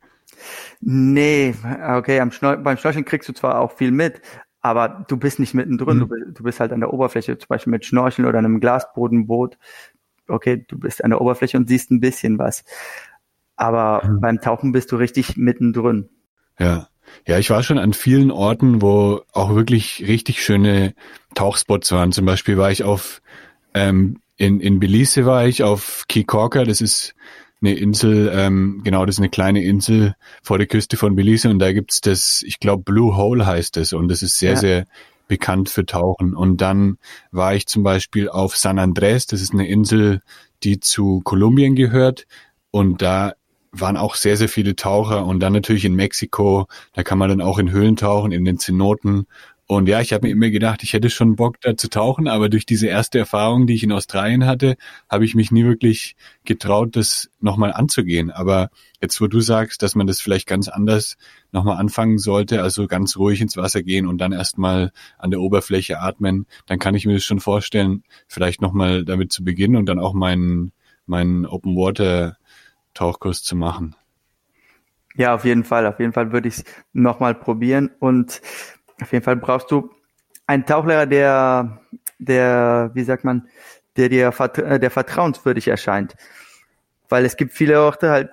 Nee, okay, beim Schnorcheln kriegst du zwar auch viel mit, aber du bist nicht mittendrin, du bist halt an der Oberfläche, zum Beispiel mit Schnorcheln oder einem Glasbodenboot. Okay, du bist an der Oberfläche und siehst ein bisschen was. Aber beim Tauchen bist du richtig mittendrin. Ja, Ja, ich war schon an vielen Orten, wo auch wirklich richtig schöne Tauchspots waren. Zum Beispiel war ich in Belize war ich auf Caye Caulker, das ist eine Insel, genau, das ist eine kleine Insel vor der Küste von Belize und da gibt's das, ich glaube Blue Hole heißt es und das ist sehr, Ja. sehr bekannt für Tauchen. Und dann war ich zum Beispiel auf San Andrés, das ist eine Insel, die zu Kolumbien gehört und da waren auch sehr, sehr viele Taucher und dann natürlich in Mexiko, da kann man dann auch in Höhlen tauchen, in den Zenoten. Und ja, ich habe mir immer gedacht, ich hätte schon Bock da zu tauchen, aber durch diese erste Erfahrung, die ich in Australien hatte, habe ich mich nie wirklich getraut, das nochmal anzugehen. Aber jetzt, wo du sagst, dass man das vielleicht ganz anders nochmal anfangen sollte, also ganz ruhig ins Wasser gehen und dann erstmal an der Oberfläche atmen, dann kann ich mir das schon vorstellen, vielleicht nochmal damit zu beginnen und dann auch meinen Open Water Tauchkurs zu machen. Ja, auf jeden Fall. Auf jeden Fall würde ich es nochmal probieren. Und auf jeden Fall brauchst du einen Tauchlehrer, wie sagt man, der vertrauenswürdig erscheint. Weil es gibt viele Orte halt,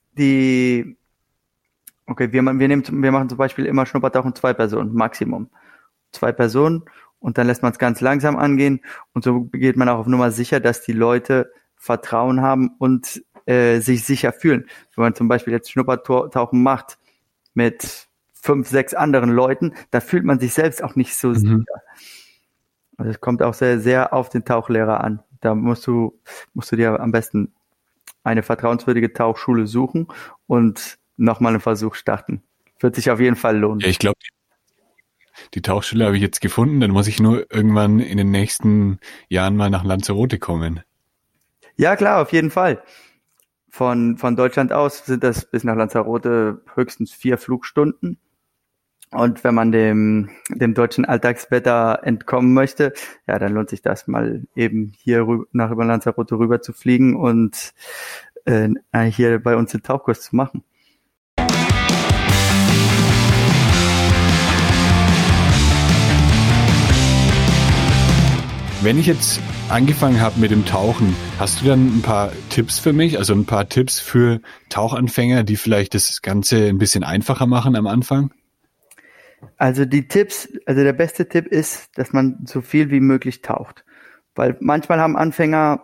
wir machen zum Beispiel immer Schnuppertauchen 2 Personen, Maximum. 2 Personen und dann lässt man es ganz langsam angehen und so geht man auch auf Nummer sicher, dass die Leute Vertrauen haben und sich sicher fühlen. Wenn man zum Beispiel jetzt Schnuppertauchen macht mit 5, 6 anderen Leuten, da fühlt man sich selbst auch nicht so sicher. Also es kommt auch sehr, sehr auf den Tauchlehrer an. Da musst du dir am besten eine vertrauenswürdige Tauchschule suchen und nochmal einen Versuch starten. Wird sich auf jeden Fall lohnen. Ja, ich glaube, die Tauchschule habe ich jetzt gefunden, dann muss ich nur irgendwann in den nächsten Jahren mal nach Lanzarote kommen. Ja, klar, auf jeden Fall. Von Deutschland aus sind das bis nach Lanzarote höchstens 4 Flugstunden. Und wenn man dem deutschen Alltagswetter entkommen möchte, ja, dann lohnt sich das mal eben hier nach über Lanzarote rüber zu fliegen und hier bei uns den Tauchkurs zu machen. Wenn ich jetzt angefangen habe mit dem Tauchen, hast du dann ein paar Tipps für mich, also ein paar Tipps für Tauchanfänger, die vielleicht das Ganze ein bisschen einfacher machen am Anfang? Also der beste Tipp ist, dass man so viel wie möglich taucht. Weil manchmal haben Anfänger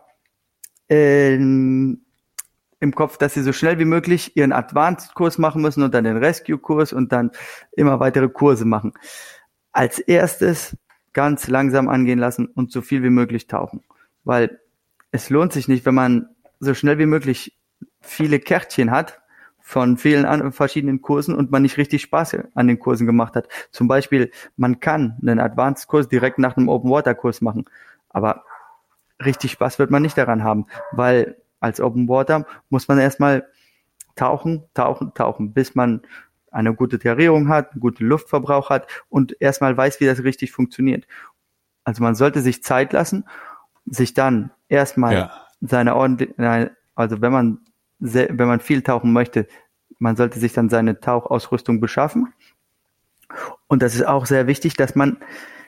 im Kopf, dass sie so schnell wie möglich ihren Advanced-Kurs machen müssen und dann den Rescue-Kurs und dann immer weitere Kurse machen. Als erstes ganz langsam angehen lassen und so viel wie möglich tauchen. Weil es lohnt sich nicht, wenn man so schnell wie möglich viele Kärtchen hat von vielen verschiedenen Kursen und man nicht richtig Spaß an den Kursen gemacht hat. Zum Beispiel, man kann einen Advanced-Kurs direkt nach einem Open-Water-Kurs machen, aber richtig Spaß wird man nicht daran haben, weil als Open Water muss man erstmal tauchen, bis man eine gute Terrierung hat, einen guten Luftverbrauch hat und erstmal weiß, wie das richtig funktioniert. Also man sollte sich Zeit lassen, sich dann erstmal also wenn man viel tauchen möchte, man sollte sich dann seine Tauchausrüstung beschaffen. Und das ist auch sehr wichtig, dass man,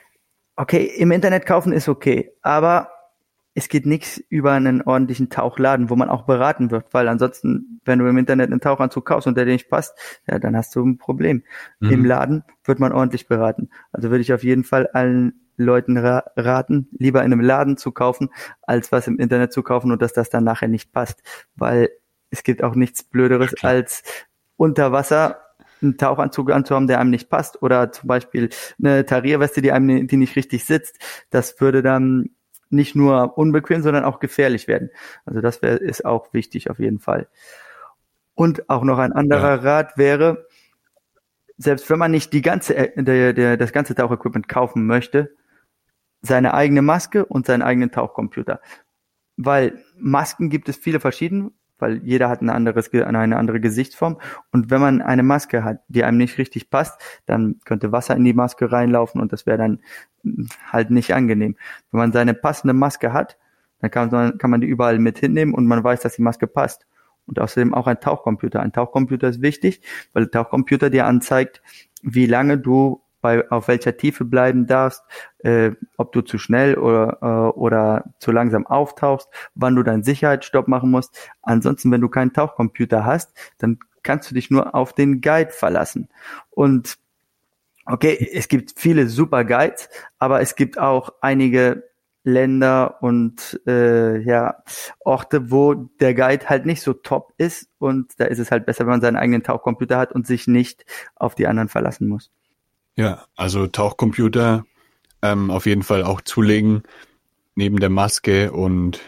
im Internet kaufen ist okay, aber es geht nichts über einen ordentlichen Tauchladen, wo man auch beraten wird, weil ansonsten, wenn du im Internet einen Tauchanzug kaufst und der dir nicht passt, ja, dann hast du ein Problem. Im Laden wird man ordentlich beraten. Also würde ich auf jeden Fall allen Leuten raten, lieber in einem Laden zu kaufen, als was im Internet zu kaufen und dass das dann nachher nicht passt, weil es gibt auch nichts Blöderes, als unter Wasser einen Tauchanzug anzuhaben, der einem nicht passt oder zum Beispiel eine Tarierweste, die nicht richtig sitzt. Das würde dann nicht nur unbequem, sondern auch gefährlich werden. Also das ist auch wichtig auf jeden Fall. Und auch noch ein anderer Rat wäre, selbst wenn man nicht das ganze Tauchequipment kaufen möchte, seine eigene Maske und seinen eigenen Tauchcomputer. Weil Masken gibt es viele verschiedene, weil jeder hat eine andere Gesichtsform. Und wenn man eine Maske hat, die einem nicht richtig passt, dann könnte Wasser in die Maske reinlaufen und das wäre dann halt nicht angenehm. Wenn man seine passende Maske hat, dann kann man die überall mit hinnehmen und man weiß, dass die Maske passt. Und außerdem auch ein Tauchcomputer. Ein Tauchcomputer ist wichtig, weil der Tauchcomputer dir anzeigt, wie lange du auf welcher Tiefe bleiben darfst, ob du zu schnell oder zu langsam auftauchst, wann du deinen Sicherheitsstopp machen musst. Ansonsten, wenn du keinen Tauchcomputer hast, dann kannst du dich nur auf den Guide verlassen. Und okay, es gibt viele super Guides, aber es gibt auch einige Länder und Orte, wo der Guide halt nicht so top ist, und da ist es halt besser, wenn man seinen eigenen Tauchcomputer hat und sich nicht auf die anderen verlassen muss. Ja, also Tauchcomputer auf jeden Fall auch zulegen, neben der Maske und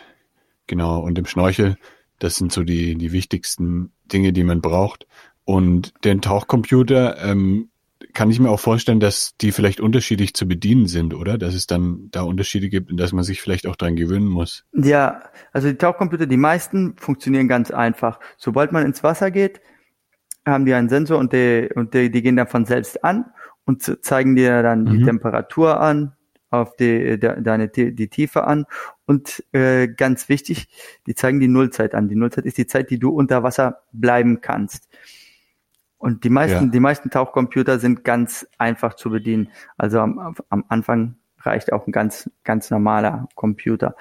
dem Schnorchel. Das sind so die wichtigsten Dinge, die man braucht. Und den Tauchcomputer kann ich mir auch vorstellen, dass die vielleicht unterschiedlich zu bedienen sind, oder? Dass es dann da Unterschiede gibt und dass man sich vielleicht auch dran gewöhnen muss. Ja, also die Tauchcomputer, die meisten funktionieren ganz einfach. Sobald man ins Wasser geht, haben die einen Sensor und die gehen dann von selbst an und zeigen dir dann die Temperatur an, auf die Tiefe an und ganz wichtig, die zeigen die Nullzeit an. Die Nullzeit ist die Zeit, die du unter Wasser bleiben kannst. Und die meisten Tauchcomputer sind ganz einfach zu bedienen. Also am Anfang reicht auch ein ganz normaler Computer.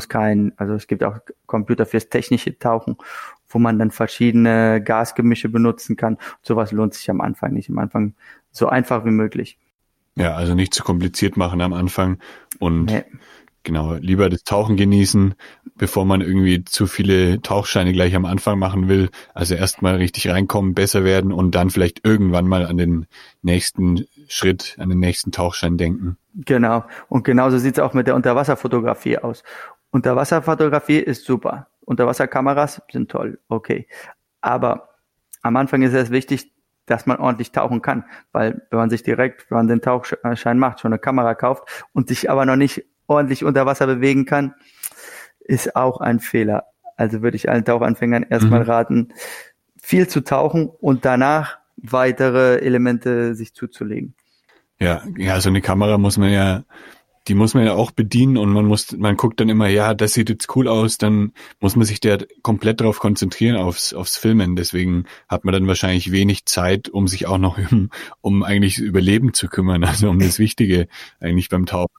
Es gibt auch Computer fürs technische Tauchen, wo man dann verschiedene Gasgemische benutzen kann. Sowas lohnt sich am Anfang nicht. Am Anfang so einfach wie möglich. Ja, also nicht zu kompliziert machen am Anfang und Nee. Genau, lieber das Tauchen genießen, bevor man irgendwie zu viele Tauchscheine gleich am Anfang machen will. Also erstmal richtig reinkommen, besser werden und dann vielleicht irgendwann mal an den nächsten Schritt, an den nächsten Tauchschein denken. Genau. Und genauso sieht es auch mit der Unterwasserfotografie aus. Unterwasserfotografie ist super. Unterwasserkameras sind toll, okay. Aber am Anfang ist es wichtig, dass man ordentlich tauchen kann. Weil wenn man den Tauchschein macht, schon eine Kamera kauft und sich aber noch nicht ordentlich unter Wasser bewegen kann, ist auch ein Fehler. Also würde ich allen Tauchanfängern erstmal raten, viel zu tauchen und danach weitere Elemente sich zuzulegen. Ja, so eine Kamera muss man ja auch bedienen und man guckt dann immer, ja, das sieht jetzt cool aus, dann muss man sich da komplett drauf konzentrieren, aufs Filmen. Deswegen hat man dann wahrscheinlich wenig Zeit, um sich auch noch um eigentlich das Überleben zu kümmern, also um das Wichtige eigentlich beim Tauchen.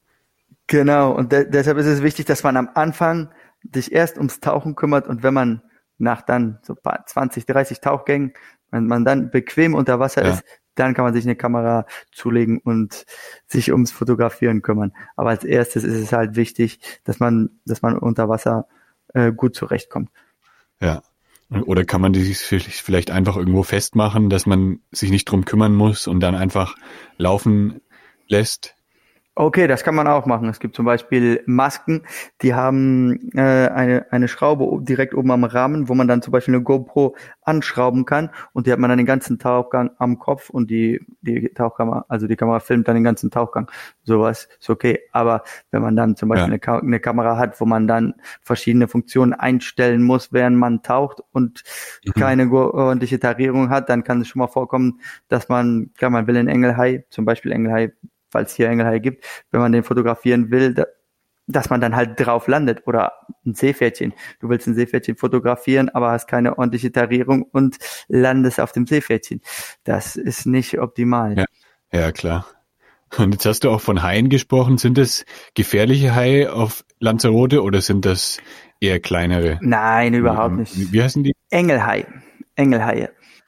Genau, und deshalb ist es wichtig, dass man am Anfang sich erst ums Tauchen kümmert, und wenn man nach dann so 20, 30 Tauchgängen, wenn man dann bequem unter Wasser ist, dann kann man sich eine Kamera zulegen und sich ums Fotografieren kümmern. Aber als erstes ist es halt wichtig, dass man unter Wasser gut zurechtkommt. Ja. Oder kann man die vielleicht einfach irgendwo festmachen, dass man sich nicht drum kümmern muss und dann einfach laufen lässt? Okay, das kann man auch machen. Es gibt zum Beispiel Masken, die haben eine Schraube direkt oben am Rahmen, wo man dann zum Beispiel eine GoPro anschrauben kann, und die hat man dann den ganzen Tauchgang am Kopf, und die Tauchkamera, also die Kamera filmt dann den ganzen Tauchgang. Sowas ist okay. Aber wenn man dann zum Beispiel eine Kamera hat, wo man dann verschiedene Funktionen einstellen muss, während man taucht und keine ordentliche Tarierung hat, dann kann es schon mal vorkommen, dass man will einen Engelhai, zum Beispiel Engelhai, falls es hier Engelhai gibt, wenn man den fotografieren will, dass man dann halt drauf landet, oder ein Seepferdchen. Du willst ein Seepferdchen fotografieren, aber hast keine ordentliche Tarierung und landest auf dem Seepferdchen. Das ist nicht optimal. Ja, klar. Und jetzt hast du auch von Haien gesprochen. Sind das gefährliche Haie auf Lanzarote oder sind das eher kleinere? Nein, überhaupt nicht. Wie heißen die? Engelhaie. Engelhai.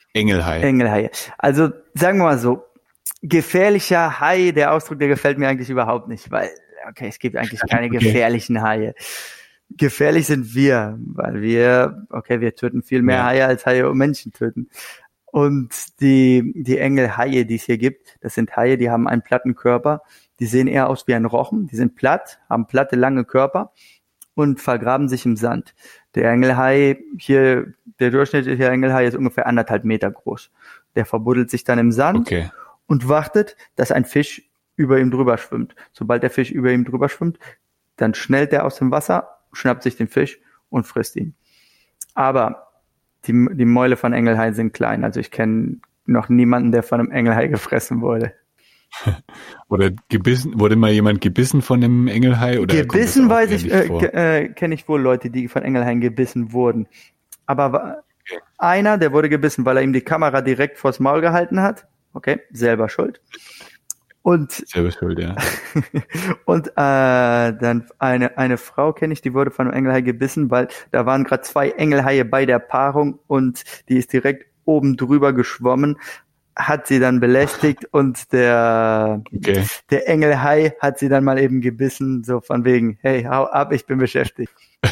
Also sagen wir mal so, gefährlicher Hai, der Ausdruck, der gefällt mir eigentlich überhaupt nicht, weil, okay, es gibt eigentlich keine gefährlichen Haie. Gefährlich sind wir, weil wir töten viel mehr Haie, als Haie und Menschen töten. Und die Engelhaie, die es hier gibt, das sind Haie, die haben einen platten Körper, die sehen eher aus wie ein Rochen, die sind platt, haben platte, lange Körper und vergraben sich im Sand. Der Engelhai hier, der durchschnittliche Engelhai ist ungefähr 1,5 Meter groß. Der verbuddelt sich dann im Sand. Okay. Und wartet, dass ein Fisch über ihm drüber schwimmt. Sobald der Fisch über ihm drüber schwimmt, dann schnellt er aus dem Wasser, schnappt sich den Fisch und frisst ihn. Aber die Mäule von Engelhai sind klein. Also ich kenne noch niemanden, der von einem Engelhai gefressen wurde. Oder wurde mal jemand gebissen von einem Engelhai? Oder gebissen kenne ich wohl Leute, die von Engelhaien gebissen wurden. Aber einer, der wurde gebissen, weil er ihm die Kamera direkt vors Maul gehalten hat. Okay, selber schuld. Selber schuld, ja. Und dann eine Frau kenne ich, die wurde von einem Engelhai gebissen, weil da waren gerade 2 Engelhaie bei der Paarung und die ist direkt oben drüber geschwommen, hat sie dann belästigt und der Engelhai hat sie dann mal eben gebissen, so von wegen, hey, hau ab, ich bin beschäftigt.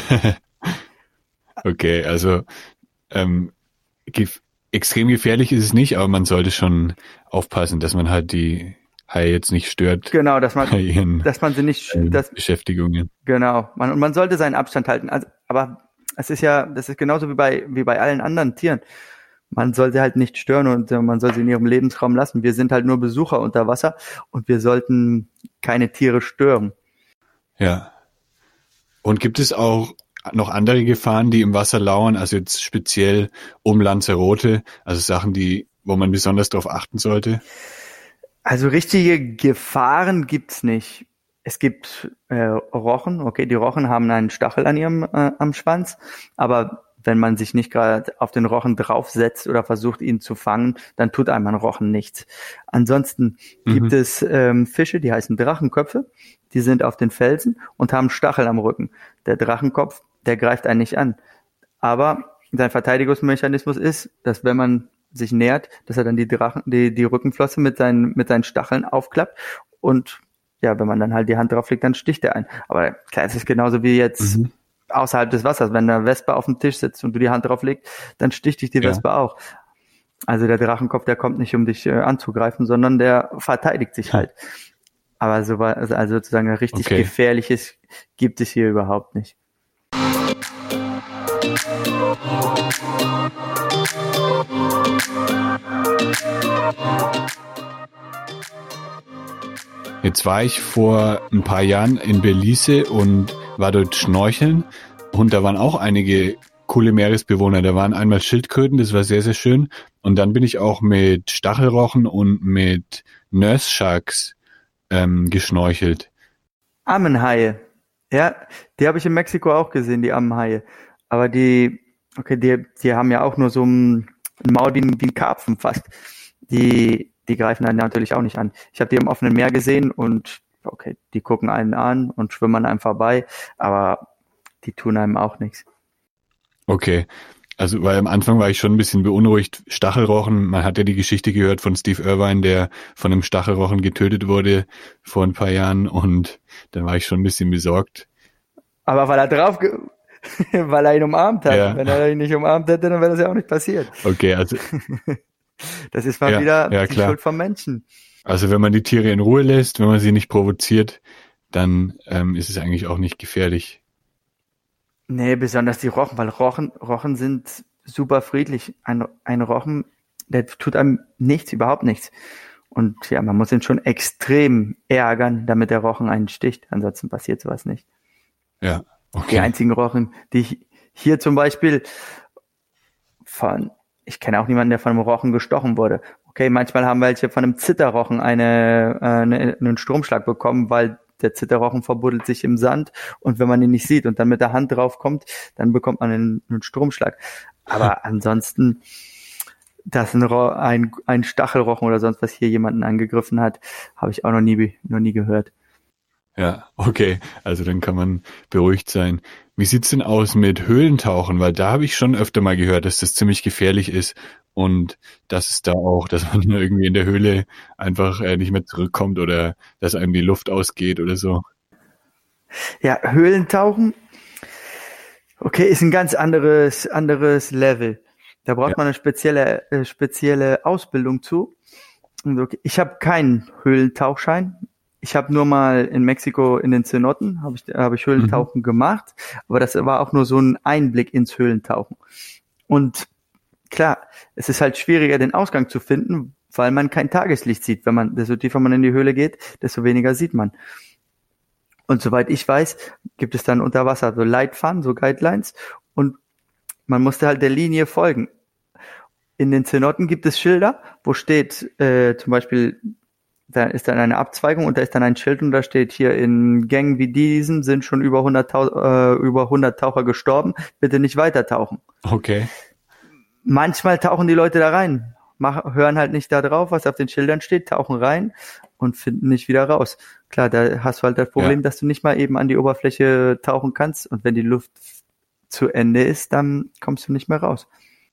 Okay, also extrem gefährlich ist es nicht, aber man sollte schon aufpassen, dass man halt die Haie jetzt nicht stört. Genau, dass man sie nicht Beschäftigungen. Genau, man sollte seinen Abstand halten. Also, aber das ist genauso wie bei allen anderen Tieren. Man sollte halt nicht stören und man soll sie in ihrem Lebensraum lassen. Wir sind halt nur Besucher unter Wasser und wir sollten keine Tiere stören. Ja. Und gibt es auch noch andere Gefahren, die im Wasser lauern, also jetzt speziell um Lanzarote, also Sachen, wo man besonders darauf achten sollte? Also richtige Gefahren gibt's nicht. Es gibt Rochen, okay, die Rochen haben einen Stachel an ihrem am Schwanz, aber wenn man sich nicht gerade auf den Rochen draufsetzt oder versucht, ihn zu fangen, dann tut einem ein Rochen nichts. Ansonsten gibt es Fische, die heißen Drachenköpfe, die sind auf den Felsen und haben Stachel am Rücken. Der Drachenkopf, der greift einen nicht an. Aber sein Verteidigungsmechanismus ist, dass wenn man sich nähert, dass er dann die Rückenflosse mit seinen Stacheln aufklappt und ja, wenn man dann halt die Hand drauf legt, dann sticht er ein. Aber klar, es ist genauso wie jetzt außerhalb des Wassers. Wenn eine Wespe auf dem Tisch sitzt und du die Hand drauf legst, dann sticht dich die Wespe auch. Also der Drachenkopf, der kommt nicht, um dich anzugreifen, sondern der verteidigt sich halt. Aber also sozusagen ein richtig gefährliches gibt es hier überhaupt nicht. Jetzt war ich vor ein paar Jahren in Belize und war dort schnorcheln und da waren auch einige coole Meeresbewohner. Da waren einmal Schildkröten, das war sehr, sehr schön. Und dann bin ich auch mit Stachelrochen und mit Nurse Sharks geschnorchelt. Ammenhaie. Ja, die habe ich in Mexiko auch gesehen, die Ammenhaie. Aber die haben ja auch nur so ein Maul wie ein Karpfen fast. Die greifen einen natürlich auch nicht an. Ich habe die im offenen Meer gesehen und okay, die gucken einen an und schwimmen an einem vorbei, aber die tun einem auch nichts. Okay, also weil am Anfang war ich schon ein bisschen beunruhigt. Stachelrochen, man hat ja die Geschichte gehört von Steve Irwine, der von einem Stachelrochen getötet wurde vor ein paar Jahren und dann war ich schon ein bisschen besorgt. Aber weil er ihn umarmt hat. Ja. Wenn er ihn nicht umarmt hätte, dann wäre das ja auch nicht passiert. Okay, also das ist mal wieder die Schuld vom Menschen. Also wenn man die Tiere in Ruhe lässt, wenn man sie nicht provoziert, dann ist es eigentlich auch nicht gefährlich. Nee, besonders die Rochen, weil Rochen sind super friedlich. Ein Rochen, der tut einem nichts, überhaupt nichts. Und ja, man muss ihn schon extrem ärgern, damit der Rochen einen sticht. Ansonsten passiert sowas nicht. Ja, okay. Die einzigen Rochen, die ich hier zum Beispiel ich kenne auch niemanden, der von einem Rochen gestochen wurde. Okay, manchmal haben welche von einem Zitterrochen einen Stromschlag bekommen, weil der Zitterrochen verbuddelt sich im Sand und wenn man ihn nicht sieht und dann mit der Hand drauf kommt, dann bekommt man einen Stromschlag. Aber ansonsten, dass ein Stachelrochen oder sonst was hier jemanden angegriffen hat, habe ich auch noch nie gehört. Ja, okay, also dann kann man beruhigt sein. Wie sieht's denn aus mit Höhlentauchen? Weil da habe ich schon öfter mal gehört, dass das ziemlich gefährlich ist und dass es da auch, dass man irgendwie in der Höhle einfach nicht mehr zurückkommt oder dass einem die Luft ausgeht oder so. Ja, Höhlentauchen, okay, ist ein ganz anderes Level. Da braucht man eine spezielle Ausbildung zu. Und okay, ich habe keinen Höhlentauchschein. Ich habe nur mal in Mexiko in den Cenoten habe ich Höhlentauchen gemacht, aber das war auch nur so ein Einblick ins Höhlentauchen. Und klar, es ist halt schwieriger, den Ausgang zu finden, weil man kein Tageslicht sieht. Desto tiefer man in die Höhle geht, desto weniger sieht man. Und soweit ich weiß, gibt es dann unter Wasser so Leitfaden, so Guidelines und man musste halt der Linie folgen. In den Cenoten gibt es Schilder, wo steht zum Beispiel, da ist dann eine Abzweigung und da ist dann ein Schild und da steht hier, in Gängen wie diesen sind schon über 100 Taucher gestorben, bitte nicht weiter tauchen. Okay. Manchmal tauchen die Leute da rein, hören halt nicht da drauf, was auf den Schildern steht, tauchen rein und finden nicht wieder raus. Klar, da hast du halt das Problem, dass du nicht mal eben an die Oberfläche tauchen kannst und wenn die Luft zu Ende ist, dann kommst du nicht mehr raus.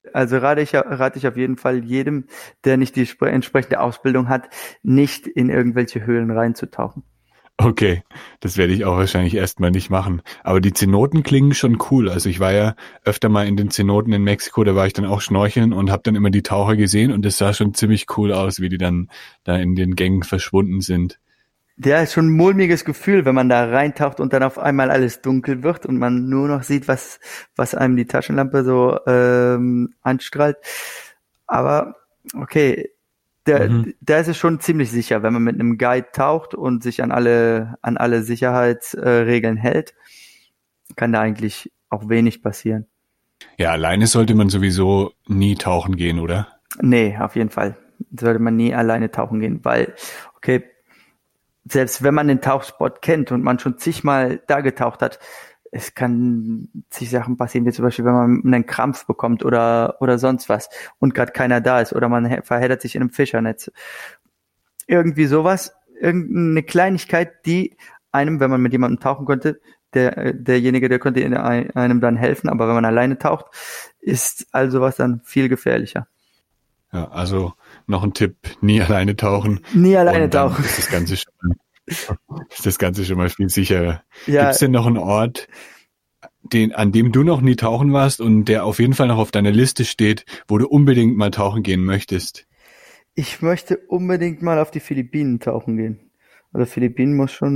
Also rate ich auf jeden Fall jedem, der nicht die entsprechende Ausbildung hat, nicht in irgendwelche Höhlen reinzutauchen. Okay, das werde ich auch wahrscheinlich erstmal nicht machen. Aber die Zenoten klingen schon cool. Also ich war ja öfter mal in den Zenoten in Mexiko, da war ich dann auch schnorcheln und habe dann immer die Taucher gesehen und es sah schon ziemlich cool aus, wie die dann da in den Gängen verschwunden sind. Der ist schon ein mulmiges Gefühl, wenn man da reintaucht und dann auf einmal alles dunkel wird und man nur noch sieht, was einem die Taschenlampe so anstrahlt. Aber okay, Mhm. da ist es schon ziemlich sicher, wenn man mit einem Guide taucht und sich an alle Sicherheitsregeln hält, kann da eigentlich auch wenig passieren. Ja, alleine sollte man sowieso nie tauchen gehen, oder? Nee, auf jeden Fall sollte man nie alleine tauchen gehen, weil, okay, selbst wenn man den Tauchspot kennt und man schon zigmal da getaucht hat, es kann zig Sachen passieren, wie zum Beispiel, wenn man einen Krampf bekommt oder sonst was und gerade keiner da ist oder man verheddert sich in einem Fischernetz. Irgendwie sowas, irgendeine Kleinigkeit, die einem, wenn man mit jemandem tauchen könnte, derjenige, der könnte einem dann helfen, aber wenn man alleine taucht, ist also was dann viel gefährlicher. Ja, also noch ein Tipp, nie alleine tauchen Nie alleine und dann tauchen. ist das Ganze schon mal viel sicherer. Ja, Gibt es denn noch einen Ort, an dem du noch nie tauchen warst und der auf jeden Fall noch auf deiner Liste steht, wo du unbedingt mal tauchen gehen möchtest? ich möchte unbedingt mal auf die Philippinen tauchen gehen. Also Philippinen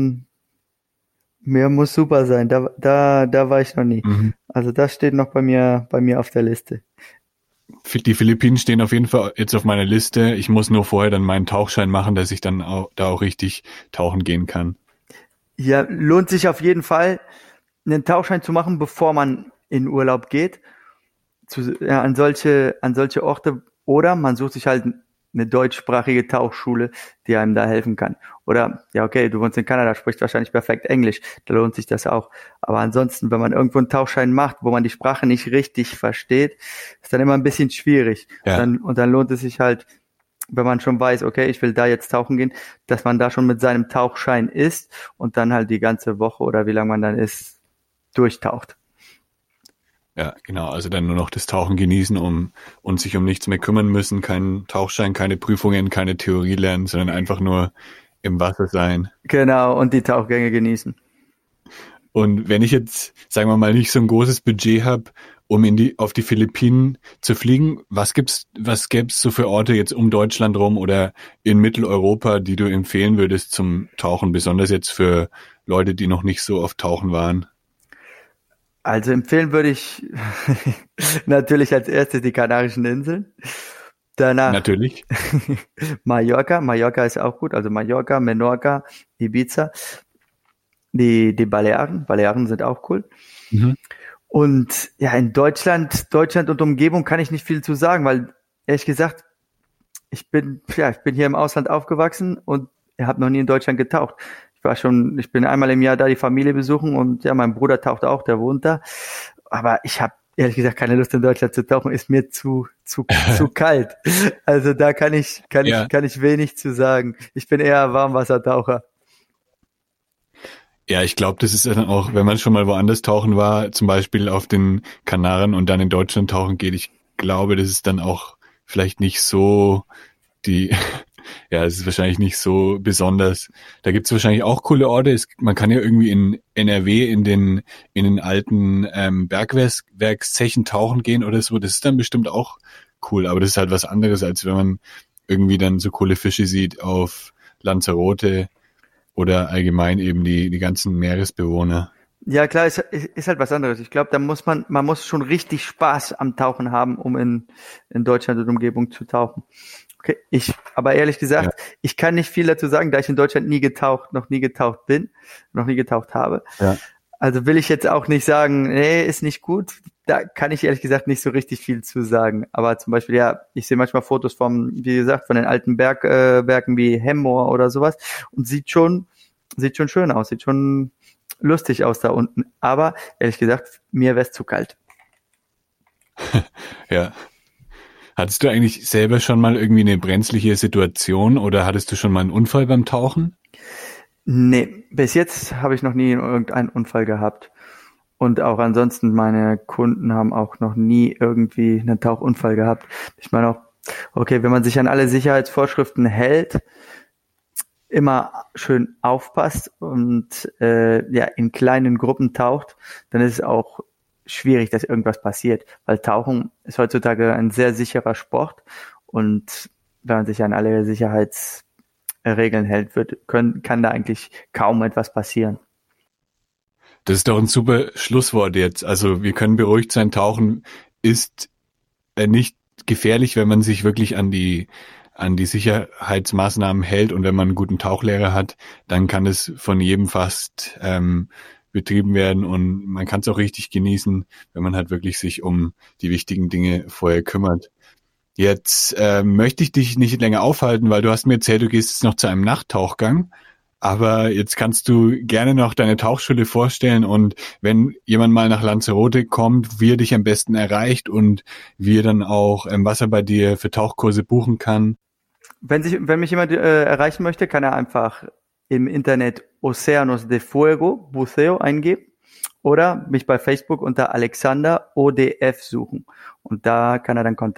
muss super sein. Da war ich noch nie. Mhm. Also das steht noch bei mir auf der Liste. Die Philippinen stehen auf jeden Fall jetzt auf meiner Liste. Ich muss nur vorher dann meinen Tauchschein machen, dass ich dann da auch richtig tauchen gehen kann. Ja, lohnt sich auf jeden Fall, einen Tauchschein zu machen, bevor man in Urlaub geht, an solche Orte, oder man sucht sich halt eine deutschsprachige Tauchschule, die einem da helfen kann. Oder, ja, okay, du wohnst in Kanada, sprichst wahrscheinlich perfekt Englisch, da lohnt sich das auch. Aber ansonsten, wenn man irgendwo einen Tauchschein macht, wo man die Sprache nicht richtig versteht, ist dann immer ein bisschen schwierig. Ja. Und dann lohnt es sich halt, wenn man schon weiß, okay, ich will da jetzt tauchen gehen, dass man da schon mit seinem Tauchschein ist und dann halt die ganze Woche oder wie lange man dann ist, durchtaucht. Ja, genau. Also dann nur noch das Tauchen genießen und sich um nichts mehr kümmern müssen. Keinen Tauchschein, keine Prüfungen, keine Theorie lernen, sondern einfach nur im Wasser sein. Genau, und die Tauchgänge genießen. Und wenn ich jetzt, sagen wir mal, nicht so ein großes Budget habe, um auf die Philippinen zu fliegen, was gäb's so für Orte jetzt um Deutschland rum oder in Mitteleuropa, die du empfehlen würdest zum Tauchen, besonders jetzt für Leute, die noch nicht so oft tauchen waren? Also empfehlen würde ich natürlich als erstes die Kanarischen Inseln. Danach Natürlich. Mallorca. Mallorca ist auch gut. Also Mallorca, Menorca, Ibiza. Die Balearen. Balearen sind auch cool. Mhm. Und ja, in Deutschland und Umgebung kann ich nicht viel zu sagen, weil ehrlich gesagt, ich bin hier im Ausland aufgewachsen und habe noch nie in Deutschland getaucht. Ich bin einmal im Jahr da die Familie besuchen und ja, mein Bruder taucht auch, der wohnt da. Aber ich habe ehrlich gesagt keine Lust in Deutschland zu tauchen, ist mir zu kalt. Also da kann ich wenig zu sagen. Ich bin eher Warmwassertaucher. Ja, ich glaube, das ist dann auch, wenn man schon mal woanders tauchen war, zum Beispiel auf den Kanaren und dann in Deutschland tauchen geht, ich glaube, das ist dann auch vielleicht nicht so ja, es ist wahrscheinlich nicht so besonders. Da gibt's wahrscheinlich auch coole Orte. Man kann ja irgendwie in NRW in den alten Bergwerkszechen tauchen gehen oder so. Das ist dann bestimmt auch cool, aber das ist halt was anderes, als wenn man irgendwie dann so coole Fische sieht auf Lanzarote oder allgemein eben die ganzen Meeresbewohner. Ja, klar, ist halt was anderes. Ich glaube, man muss schon richtig Spaß am Tauchen haben, um in Deutschland und Umgebung zu tauchen. Okay, aber ehrlich gesagt, Ja. ich kann nicht viel dazu sagen, da ich in Deutschland noch nie getaucht habe. Ja. Also will ich jetzt auch nicht sagen, nee, ist nicht gut. Da kann ich ehrlich gesagt nicht so richtig viel zu sagen. Aber zum Beispiel, ja, ich sehe manchmal Fotos wie gesagt, von den alten Bergen wie Hemmoor oder sowas und sieht schon schön aus, sieht schon lustig aus da unten. Aber ehrlich gesagt, mir wäre es zu kalt. Ja. Hattest du eigentlich selber schon mal irgendwie eine brenzliche Situation oder hattest du schon mal einen Unfall beim Tauchen? Nee, bis jetzt habe ich noch nie irgendeinen Unfall gehabt. Und auch ansonsten, meine Kunden haben auch noch nie irgendwie einen Tauchunfall gehabt. Ich meine auch, okay, wenn man sich an alle Sicherheitsvorschriften hält, immer schön aufpasst und in kleinen Gruppen taucht, dann ist es auch schwierig, dass irgendwas passiert, weil Tauchen ist heutzutage ein sehr sicherer Sport und wenn man sich an alle Sicherheitsregeln hält, kann da eigentlich kaum etwas passieren. Das ist doch ein super Schlusswort jetzt. Also wir können beruhigt sein, Tauchen ist nicht gefährlich, wenn man sich wirklich an die Sicherheitsmaßnahmen hält und wenn man einen guten Tauchlehrer hat, dann kann es von jedem fast betrieben werden und man kann es auch richtig genießen, wenn man halt wirklich sich um die wichtigen Dinge vorher kümmert. Jetzt möchte ich dich nicht länger aufhalten, weil du hast mir erzählt, du gehst jetzt noch zu einem Nachttauchgang. Aber jetzt kannst du gerne noch deine Tauchschule vorstellen und wenn jemand mal nach Lanzarote kommt, wie er dich am besten erreicht und wie er dann auch was er bei dir für Tauchkurse buchen kann. Wenn mich jemand erreichen möchte, kann er einfach im Internet Océanos de Fuego, Buceo eingeben oder mich bei Facebook unter Alexander ODF suchen. Und da kann er dann kann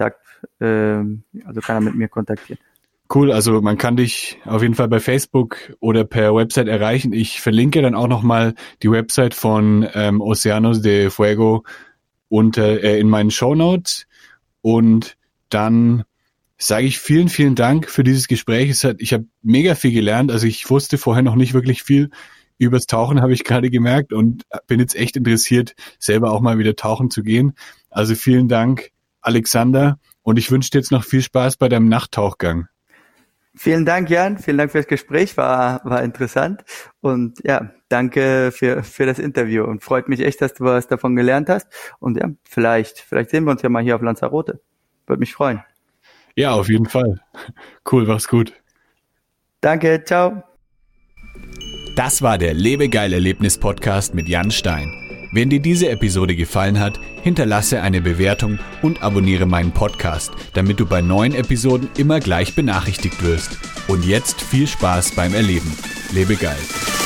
er mit mir kontaktieren. Cool, also man kann dich auf jeden Fall bei Facebook oder per Website erreichen. Ich verlinke dann auch nochmal die Website von Océanos de Fuego in meinen Shownotes. Und dann sage ich vielen, vielen Dank für dieses Gespräch. Ich habe mega viel gelernt. Also ich wusste vorher noch nicht wirklich viel übers Tauchen, habe ich gerade gemerkt und bin jetzt echt interessiert, selber auch mal wieder tauchen zu gehen. Also vielen Dank, Alexander. Und ich wünsche dir jetzt noch viel Spaß bei deinem Nachttauchgang. Vielen Dank, Jan. Vielen Dank für das Gespräch. War interessant. Und ja, danke für das Interview. Und freut mich echt, dass du was davon gelernt hast. Und ja, vielleicht sehen wir uns ja mal hier auf Lanzarote. Würde mich freuen. Ja, auf jeden Fall. Cool, mach's gut. Danke, ciao. Das war der Lebegeil-Erlebnis-Podcast mit Jan Stein. Wenn dir diese Episode gefallen hat, hinterlasse eine Bewertung und abonniere meinen Podcast, damit du bei neuen Episoden immer gleich benachrichtigt wirst. Und jetzt viel Spaß beim Erleben. Lebe geil.